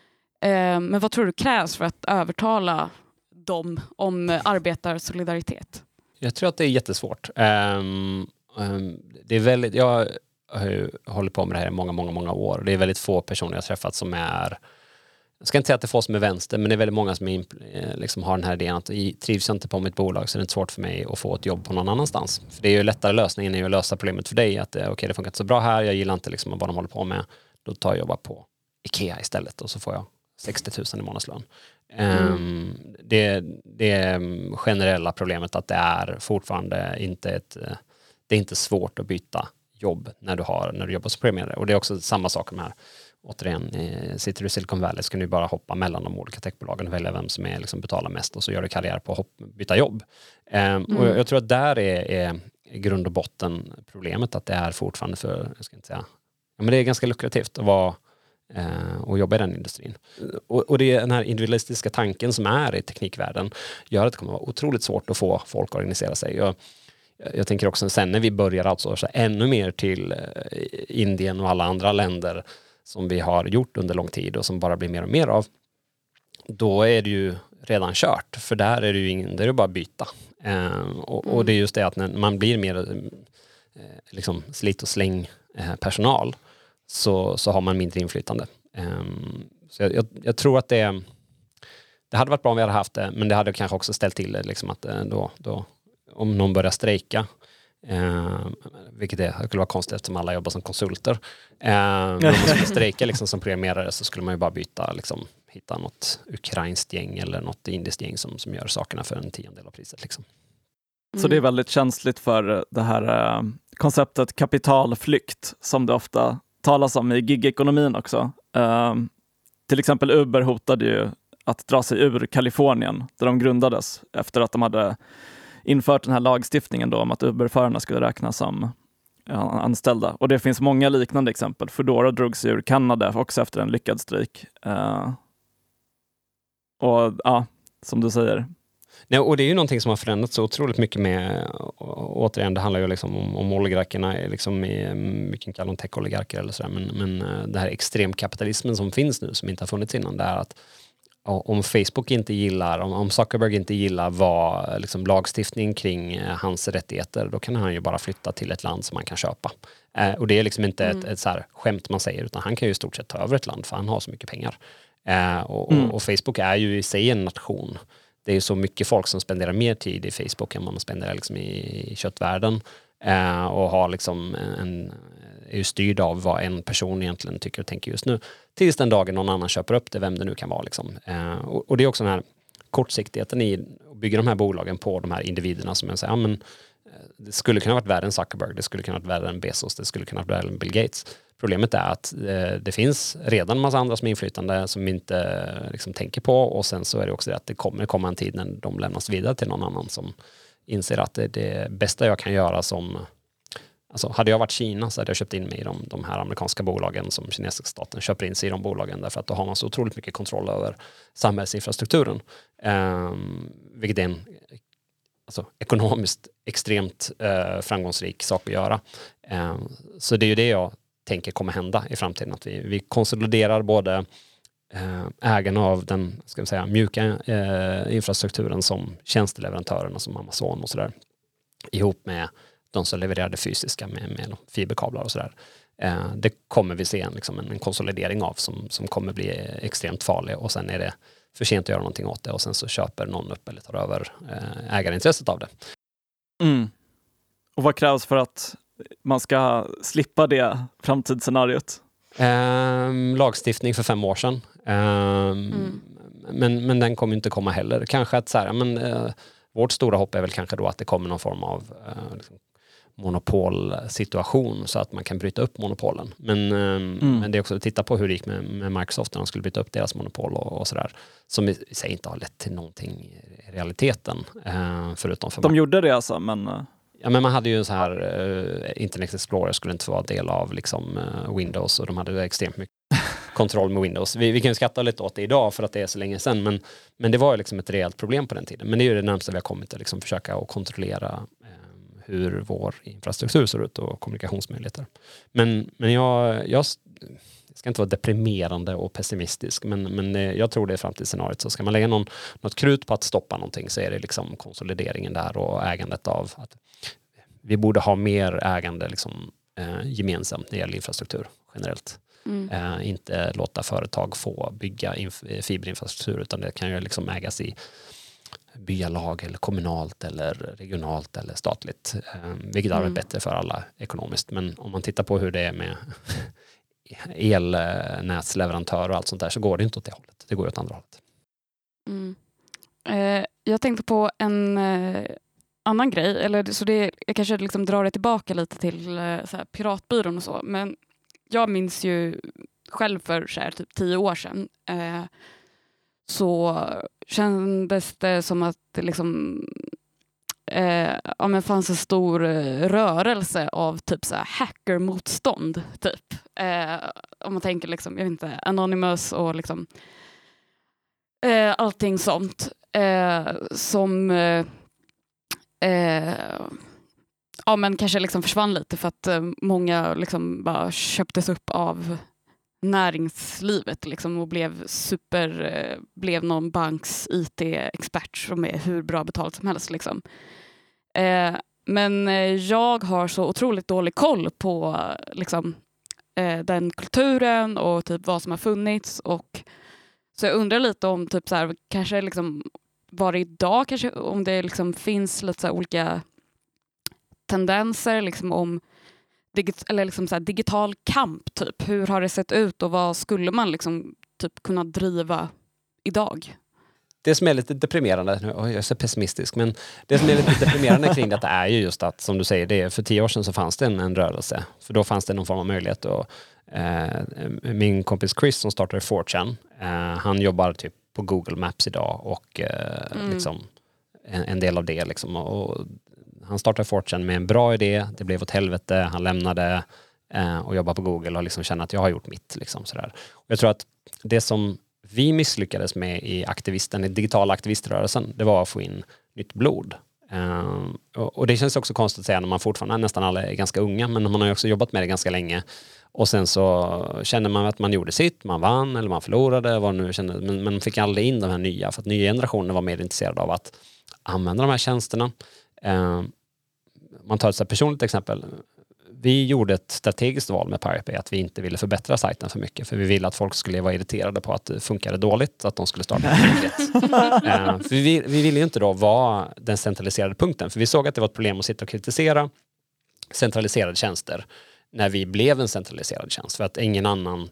Eh, men vad tror du krävs för att övertala dem om arbetarsolidaritet? Jag tror att det är jättesvårt. Um, um, det är väldigt, jag har ju hållit på med det här i många, många, många år. Det är väldigt få personer jag har träffat som är, jag ska inte säga att det är få som är vänster, men det är väldigt många som är, liksom har den här idén att trivs jag inte på mitt bolag så är det inte svårt för mig att få ett jobb på någon annanstans. För det är ju lättare lösningen är ju att lösa problemet för dig. Att okej, okay, det funkar inte så bra här, jag gillar inte liksom vad de håller på med. Då tar jag jobba på Ikea istället och så får jag sextio tusen i månadslön. Mm. Um, det, det är generella problemet att det är fortfarande inte ett, det är inte svårt att byta jobb när du, har, när du jobbar som programmerare. Och det är också samma sak med här. Återigen, sitter du i Silicon Valley så kan du bara hoppa mellan de olika techbolagen och välja vem som är, liksom, betalar mest och så gör du karriär på att hoppa, byta jobb. Um, mm. Och jag, jag tror att där är, är grund och botten problemet, att det är fortfarande för, jag ska inte säga, ja, men det är ganska lukrativt att vara eh, och jobba i den industrin. Och, och det är den här individualistiska tanken som är i teknikvärlden gör att det kommer vara otroligt svårt att få folk att organisera sig. Jag, jag tänker också sen när vi börjar alltså så ännu mer till eh, Indien och alla andra länder som vi har gjort under lång tid och som bara blir mer och mer av, då är det ju redan kört. För där är det ju ingen, där är det bara att byta. Eh, och, och det är just det att när man blir mer eh, liksom slit och släng eh, personal så, så har man mindre inflytande. Eh, så jag, jag, jag tror att det, det hade varit bra om vi hade haft det, men det hade kanske också ställt till det liksom att eh, då, då, om någon börjar strejka, Eh, vilket är, det skulle vara konstigt eftersom alla jobbar som konsulter. Eh, om man skulle strejka liksom, som programmerare så skulle man ju bara byta, liksom, hitta något ukrainskt gäng eller något indiskt gäng som, som gör sakerna för en tiondel av priset. Liksom. Så det är väldigt känsligt för det här eh, konceptet kapitalflykt som det ofta talas om i gigekonomin också. Eh, till exempel Uber hotade ju att dra sig ur Kalifornien där de grundades efter att de hade infört den här lagstiftningen då om att Uber-förarna skulle räknas som ja, anställda. Och det finns många liknande exempel. Foodora drog sig ur Kanada också efter en lyckad strejk. Uh, och ja, som du säger. Nej, och det är ju någonting som har förändrats så otroligt mycket med, och, återigen, det handlar ju liksom om, om oligarkerna, liksom i, mycket kallar de tech-oligarker eller sådär, men, men det här extremkapitalismen som finns nu, som inte har funnits innan, det är att om Facebook inte gillar, om, om Zuckerberg inte gillar vad liksom, lagstiftning kring eh, hans rättigheter, då kan han ju bara flytta till ett land som man kan köpa. Eh, och det är liksom inte mm. ett, ett så här skämt man säger, utan han kan ju i stort sett ta över ett land för han har så mycket pengar. Eh, och, mm. och, och Facebook är ju i sig en nation. Det är ju så mycket folk som spenderar mer tid i Facebook än man spenderar liksom i, i köttvärlden. Eh, och har liksom en, är ju styrd av vad en person egentligen tycker och tänker just nu. Tills den dagen någon annan köper upp det, vem det nu kan vara. Liksom. Eh, och, och det är också den här kortsiktigheten i att bygga de här bolagen på de här individerna som jag säger, ja, men, det skulle kunna vara värre än Zuckerberg, det skulle kunna vara värre än Bezos, det skulle kunna vara värre än Bill Gates. Problemet är att eh, det finns redan en massa andra som är inflytande som vi inte eh, liksom, tänker på, och sen så är det också det att det kommer komma en tid när de lämnas vidare till någon annan som inser att det, det bästa jag kan göra som, alltså hade jag varit Kina så hade jag köpt in mig i de, de här amerikanska bolagen som kinesiska staten köper in sig i de bolagen, därför att då har man så otroligt mycket kontroll över samhällsinfrastrukturen. Eh, vilket är en alltså, ekonomiskt extremt eh, framgångsrik sak att göra. Eh, så det är ju det jag tänker kommer hända i framtiden, att vi, vi konsoliderar både eh, ägarna av den ska vi säga, mjuka eh, infrastrukturen som tjänsteleverantörerna som Amazon och sådär, ihop med de som levererar det fysiska med, med fiberkablar och sådär. Eh, det kommer vi se en, liksom en, en konsolidering av som, som kommer bli extremt farlig, och sen är det för sent att göra någonting åt det, och sen så köper någon upp eller tar över eh, ägarintresset av det. Mm. Och vad krävs för att man ska slippa det framtidsscenariot? Eh, lagstiftning för fem år sedan. Eh, mm. men, men den kommer inte komma heller. Kanske att så här, men, eh, vårt stora hopp är väl kanske då att det kommer någon form av eh, liksom, monopolsituation så att man kan bryta upp monopolen. Men, eh, mm. men det är också att titta på hur det gick med, med Microsoft när de skulle bryta upp deras monopol och, och sådär. Som i sig inte har lett till någonting i realiteten. Eh, förutom för de gjorde det alltså, men... Ja, men man hade ju en så här uh, Internet Explorer skulle inte vara del av liksom, uh, Windows, och de hade extremt mycket kontroll med Windows. Vi, vi kan ju skratta lite åt det idag för att det är så länge sedan, men, men det var ju liksom ett rejält problem på den tiden. Men det är ju det närmaste vi har kommit att liksom försöka att kontrollera um, hur vår infrastruktur ser ut och kommunikationsmöjligheter. Men, men jag, jag ska inte vara deprimerande och pessimistisk, men, men jag tror det är framtidsscenariot. Så ska man lägga någon, något krut på att stoppa någonting, så är det liksom konsolideringen där och ägandet av att vi borde ha mer ägande liksom, eh, gemensamt när det gäller infrastruktur generellt. Mm. Eh, inte låta företag få bygga inf- fiberinfrastruktur, utan det kan ju liksom ägas i byalag eller kommunalt eller regionalt eller statligt. Eh, vilket mm. är bättre för alla ekonomiskt. Men om man tittar på hur det är med elnätsleverantörer och allt sånt där, så går det inte åt det hållet. Det går åt andra hållet. Mm. Eh, jag tänkte på en... Eh... annan grej, eller så det, jag kanske liksom drar det tillbaka lite till så här, piratbyrån och så, men jag minns ju själv för så här, typ tio år sedan eh, så kändes det som att det liksom eh, ja, men fanns en stor rörelse av typ så här hackermotstånd typ. Eh, om man tänker liksom, jag vet inte, Anonymous och liksom eh, allting sånt eh, som eh, Eh, ja, men kanske liksom försvann lite för att eh, många liksom bara köptes upp av näringslivet liksom, och blev super eh, blev någon banks I T-expert som är hur bra betalt som helst liksom. Eh, men eh, jag har så otroligt dålig koll på liksom, eh, den kulturen och typ vad som har funnits, och så jag undrar lite om typ så här, kanske liksom var det idag kanske, om det liksom finns lite så här olika tendenser liksom om digit- eller liksom så här digital kamp typ. Hur har det sett ut och vad skulle man liksom typ kunna driva idag? Det som är lite deprimerande, nu jag är så pessimistisk, men det som är lite deprimerande kring detta är ju just att, som du säger, det är, för tio år sedan så fanns det en, en rörelse. För då fanns det någon form av möjlighet. Och, eh, min kompis Chris som startade four chan, eh, han jobbar typ på Google Maps idag och eh, mm. liksom, en, en del av det. Liksom, och han startade four chan med en bra idé, det blev åt helvete, han lämnade eh, och jobbade på Google och liksom kände att jag har gjort mitt. Liksom, sådär. Och jag tror att det som vi misslyckades med i aktivisten, i digitala aktiviströrelsen, det var att få in nytt blod. Uh, och, och det känns också konstigt att säga när man fortfarande, nästan alla är ganska unga, men man har ju också jobbat med det ganska länge. Och sen så kände man att man gjorde sitt, man vann eller man förlorade, vad nu kände, men man fick aldrig in de här nya, för att nya generationer var mer intresserade av att använda de här tjänsterna. Eh, man tar ett så här personligt exempel. Vi gjorde ett strategiskt val med Pirate Bay att vi inte ville förbättra sajten för mycket, för vi ville att folk skulle vara irriterade på att det funkade dåligt, att de skulle starta kriget. eh, för vi, vi ville ju inte då vara den centraliserade punkten, för vi såg att det var ett problem att sitta och kritisera centraliserade tjänster när vi blev en centraliserad tjänst, för att ingen annan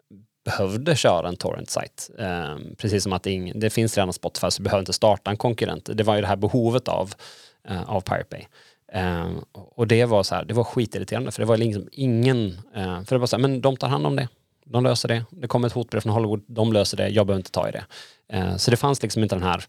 behövde köra en torrent-sajt. Eh, precis som att det, ing, det finns redan Spotify, så behöver inte starta en konkurrent. Det var ju det här behovet av, eh, av Pirate Bay. Eh, och det var så här, det var skitirriterande, för det var liksom ingen, eh, för det var så här, men de tar hand om det. De löser det. Det kommer ett hotbrev från Hollywood, de löser det. Jag behöver inte ta i det. Eh, så det fanns liksom inte den här.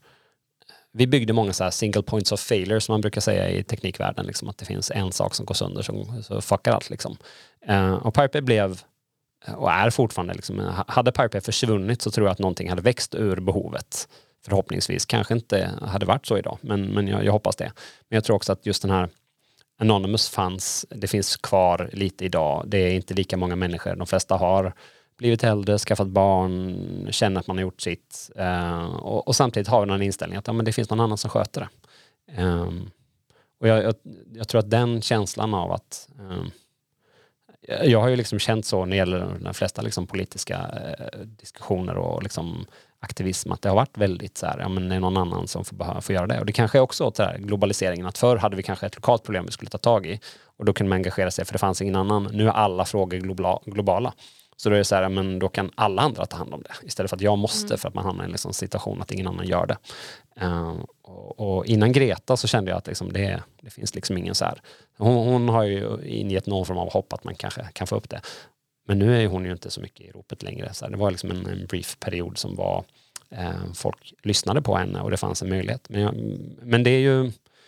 Vi byggde många så här single points of failure, som man brukar säga i teknikvärlden, liksom, att det finns en sak som går sönder som så fuckar allt liksom. Eh, och Pirate Bay blev och är fortfarande liksom, hade Pirate Bay försvunnit så tror jag att någonting hade växt ur behovet. Förhoppningsvis. Kanske inte hade varit så idag, men, men jag, jag hoppas det. Men jag tror också att just den här Anonymous fanns, det finns kvar lite idag. Det är inte lika många människor. De flesta har blivit äldre, skaffat barn, känner att man har gjort sitt. Uh, och, och samtidigt har vi någon inställning att ja, men det finns någon annan som sköter det. Um, och jag, jag, jag tror att den känslan av att um, jag har ju liksom känt så när det gäller de flesta liksom politiska uh, diskussioner och liksom aktivism, att det har varit väldigt så här, ja men det är någon annan som får, behöva, får göra det. Och det kanske är också åt det här globaliseringen, att förr hade vi kanske ett lokalt problem vi skulle ta tag i och då kunde man engagera sig för det fanns ingen annan. Nu är alla frågor globala. globala. Så då är det så här, men då kan alla andra ta hand om det istället för att jag måste mm. för att man hamnar i en liksom situation att ingen annan gör det. Uh, och, och innan Greta så kände jag att liksom det, det finns liksom ingen så här. Hon, hon har ju ingett någon form av hopp att man kanske kan få upp det. Men nu är hon ju inte så mycket i ropet längre. Så här, det var liksom en, en brief period som var eh, folk lyssnade på henne och det fanns en möjlighet. Men, jag, men det är ju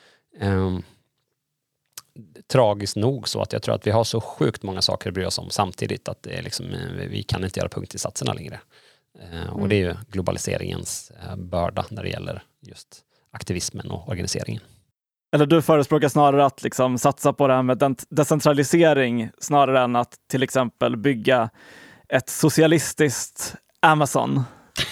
eh, tragiskt nog så att jag tror att vi har så sjukt många saker att bry oss om samtidigt att det är liksom, vi kan inte göra punktinsatserna längre. Eh, och mm. det är ju globaliseringens eh, börda när det gäller just aktivismen och organiseringen. Eller du förespråkar snarare att liksom satsa på det här med decentralisering snarare än att till exempel bygga ett socialistiskt Amazon.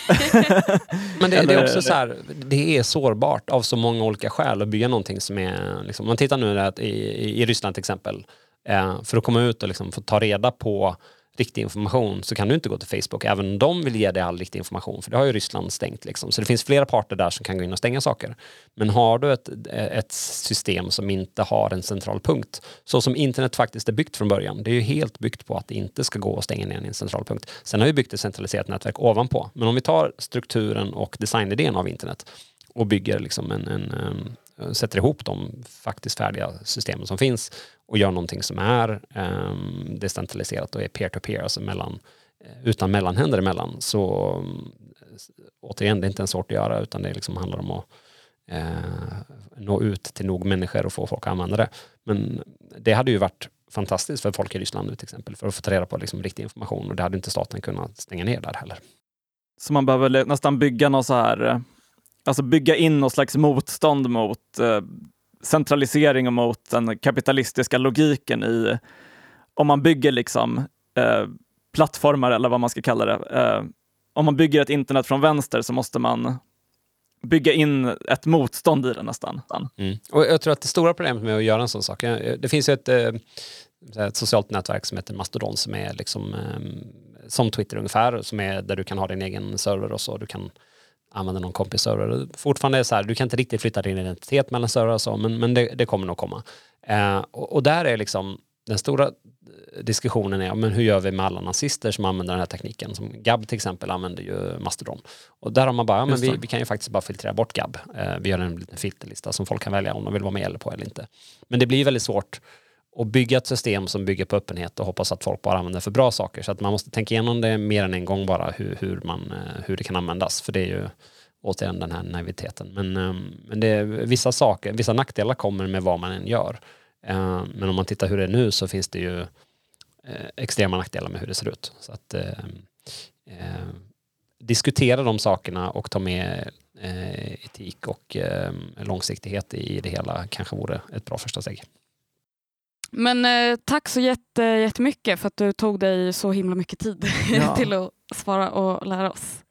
Men det, det är också så här, det är sårbart av så många olika skäl att bygga någonting som är, liksom, man tittar nu att i, i Ryssland till exempel, eh, för att komma ut och liksom få ta reda på riktig information så kan du inte gå till Facebook även om de vill ge dig all riktig information, för det har ju Ryssland stängt liksom. Så det finns flera parter där som kan gå in och stänga saker. Men har du ett, ett system som inte har en central punkt, så som internet faktiskt är byggt från början, det är ju helt byggt på att det inte ska gå att stänga ner en central punkt. Sen har vi byggt ett centraliserat nätverk ovanpå. Men om vi tar strukturen och designidén av internet och bygger liksom en, en, en sätter ihop de faktiskt färdiga systemen som finns och gör någonting som är um, decentraliserat och är peer-to-peer, alltså mellan, utan mellanhänder emellan, så um, återigen, det är inte en svårt att göra, utan det liksom handlar om att uh, nå ut till nog människor och få folk att använda det. Men det hade ju varit fantastiskt för folk i Ryssland nu till exempel, för att få ta reda på liksom riktig information, och det hade inte staten kunnat stänga ner där heller. Så man behöver nästan bygga något så här, alltså bygga in något slags motstånd mot uh, centralisering och mot den kapitalistiska logiken i, om man bygger liksom eh, plattformar eller vad man ska kalla det. Eh, om man bygger ett internet från vänster så måste man bygga in ett motstånd i det nästan. Mm. Och jag tror att det stora problemet med att göra en sån sak, det finns ju ett, ett socialt nätverk som heter Mastodon som är liksom som Twitter ungefär, som är där du kan ha din egen server och så, du kan använda någon kompis server. Fortfarande är det så här, du kan inte riktigt flytta din identitet mellan server och så, men, men det, det kommer nog komma. Eh, och, och där är liksom den stora diskussionen är, men hur gör vi med alla nazister som använder den här tekniken? Som Gab till exempel använder ju Mastodon. Och där har man bara, ja, men vi, vi kan ju faktiskt bara filtrera bort Gab. Eh, vi gör en liten filterlista som folk kan välja om de vill vara med eller på eller inte. Men det blir väldigt svårt att bygga ett system som bygger på öppenhet och hoppas att folk bara använder för bra saker. Så att man måste tänka igenom det mer än en gång bara hur, hur, man, hur det kan användas. För det är ju återigen den här naiviteten. Men, men det är vissa saker, vissa nackdelar kommer med vad man än gör. Men om man tittar hur det är nu så finns det ju extrema nackdelar med hur det ser ut. Så att eh, eh, diskutera de sakerna och ta med eh, etik och eh, långsiktighet i det hela kanske vore ett bra första steg. Men eh, tack så jätte, jättemycket för att du tog dig så himla mycket tid Ja. till att svara och lära oss.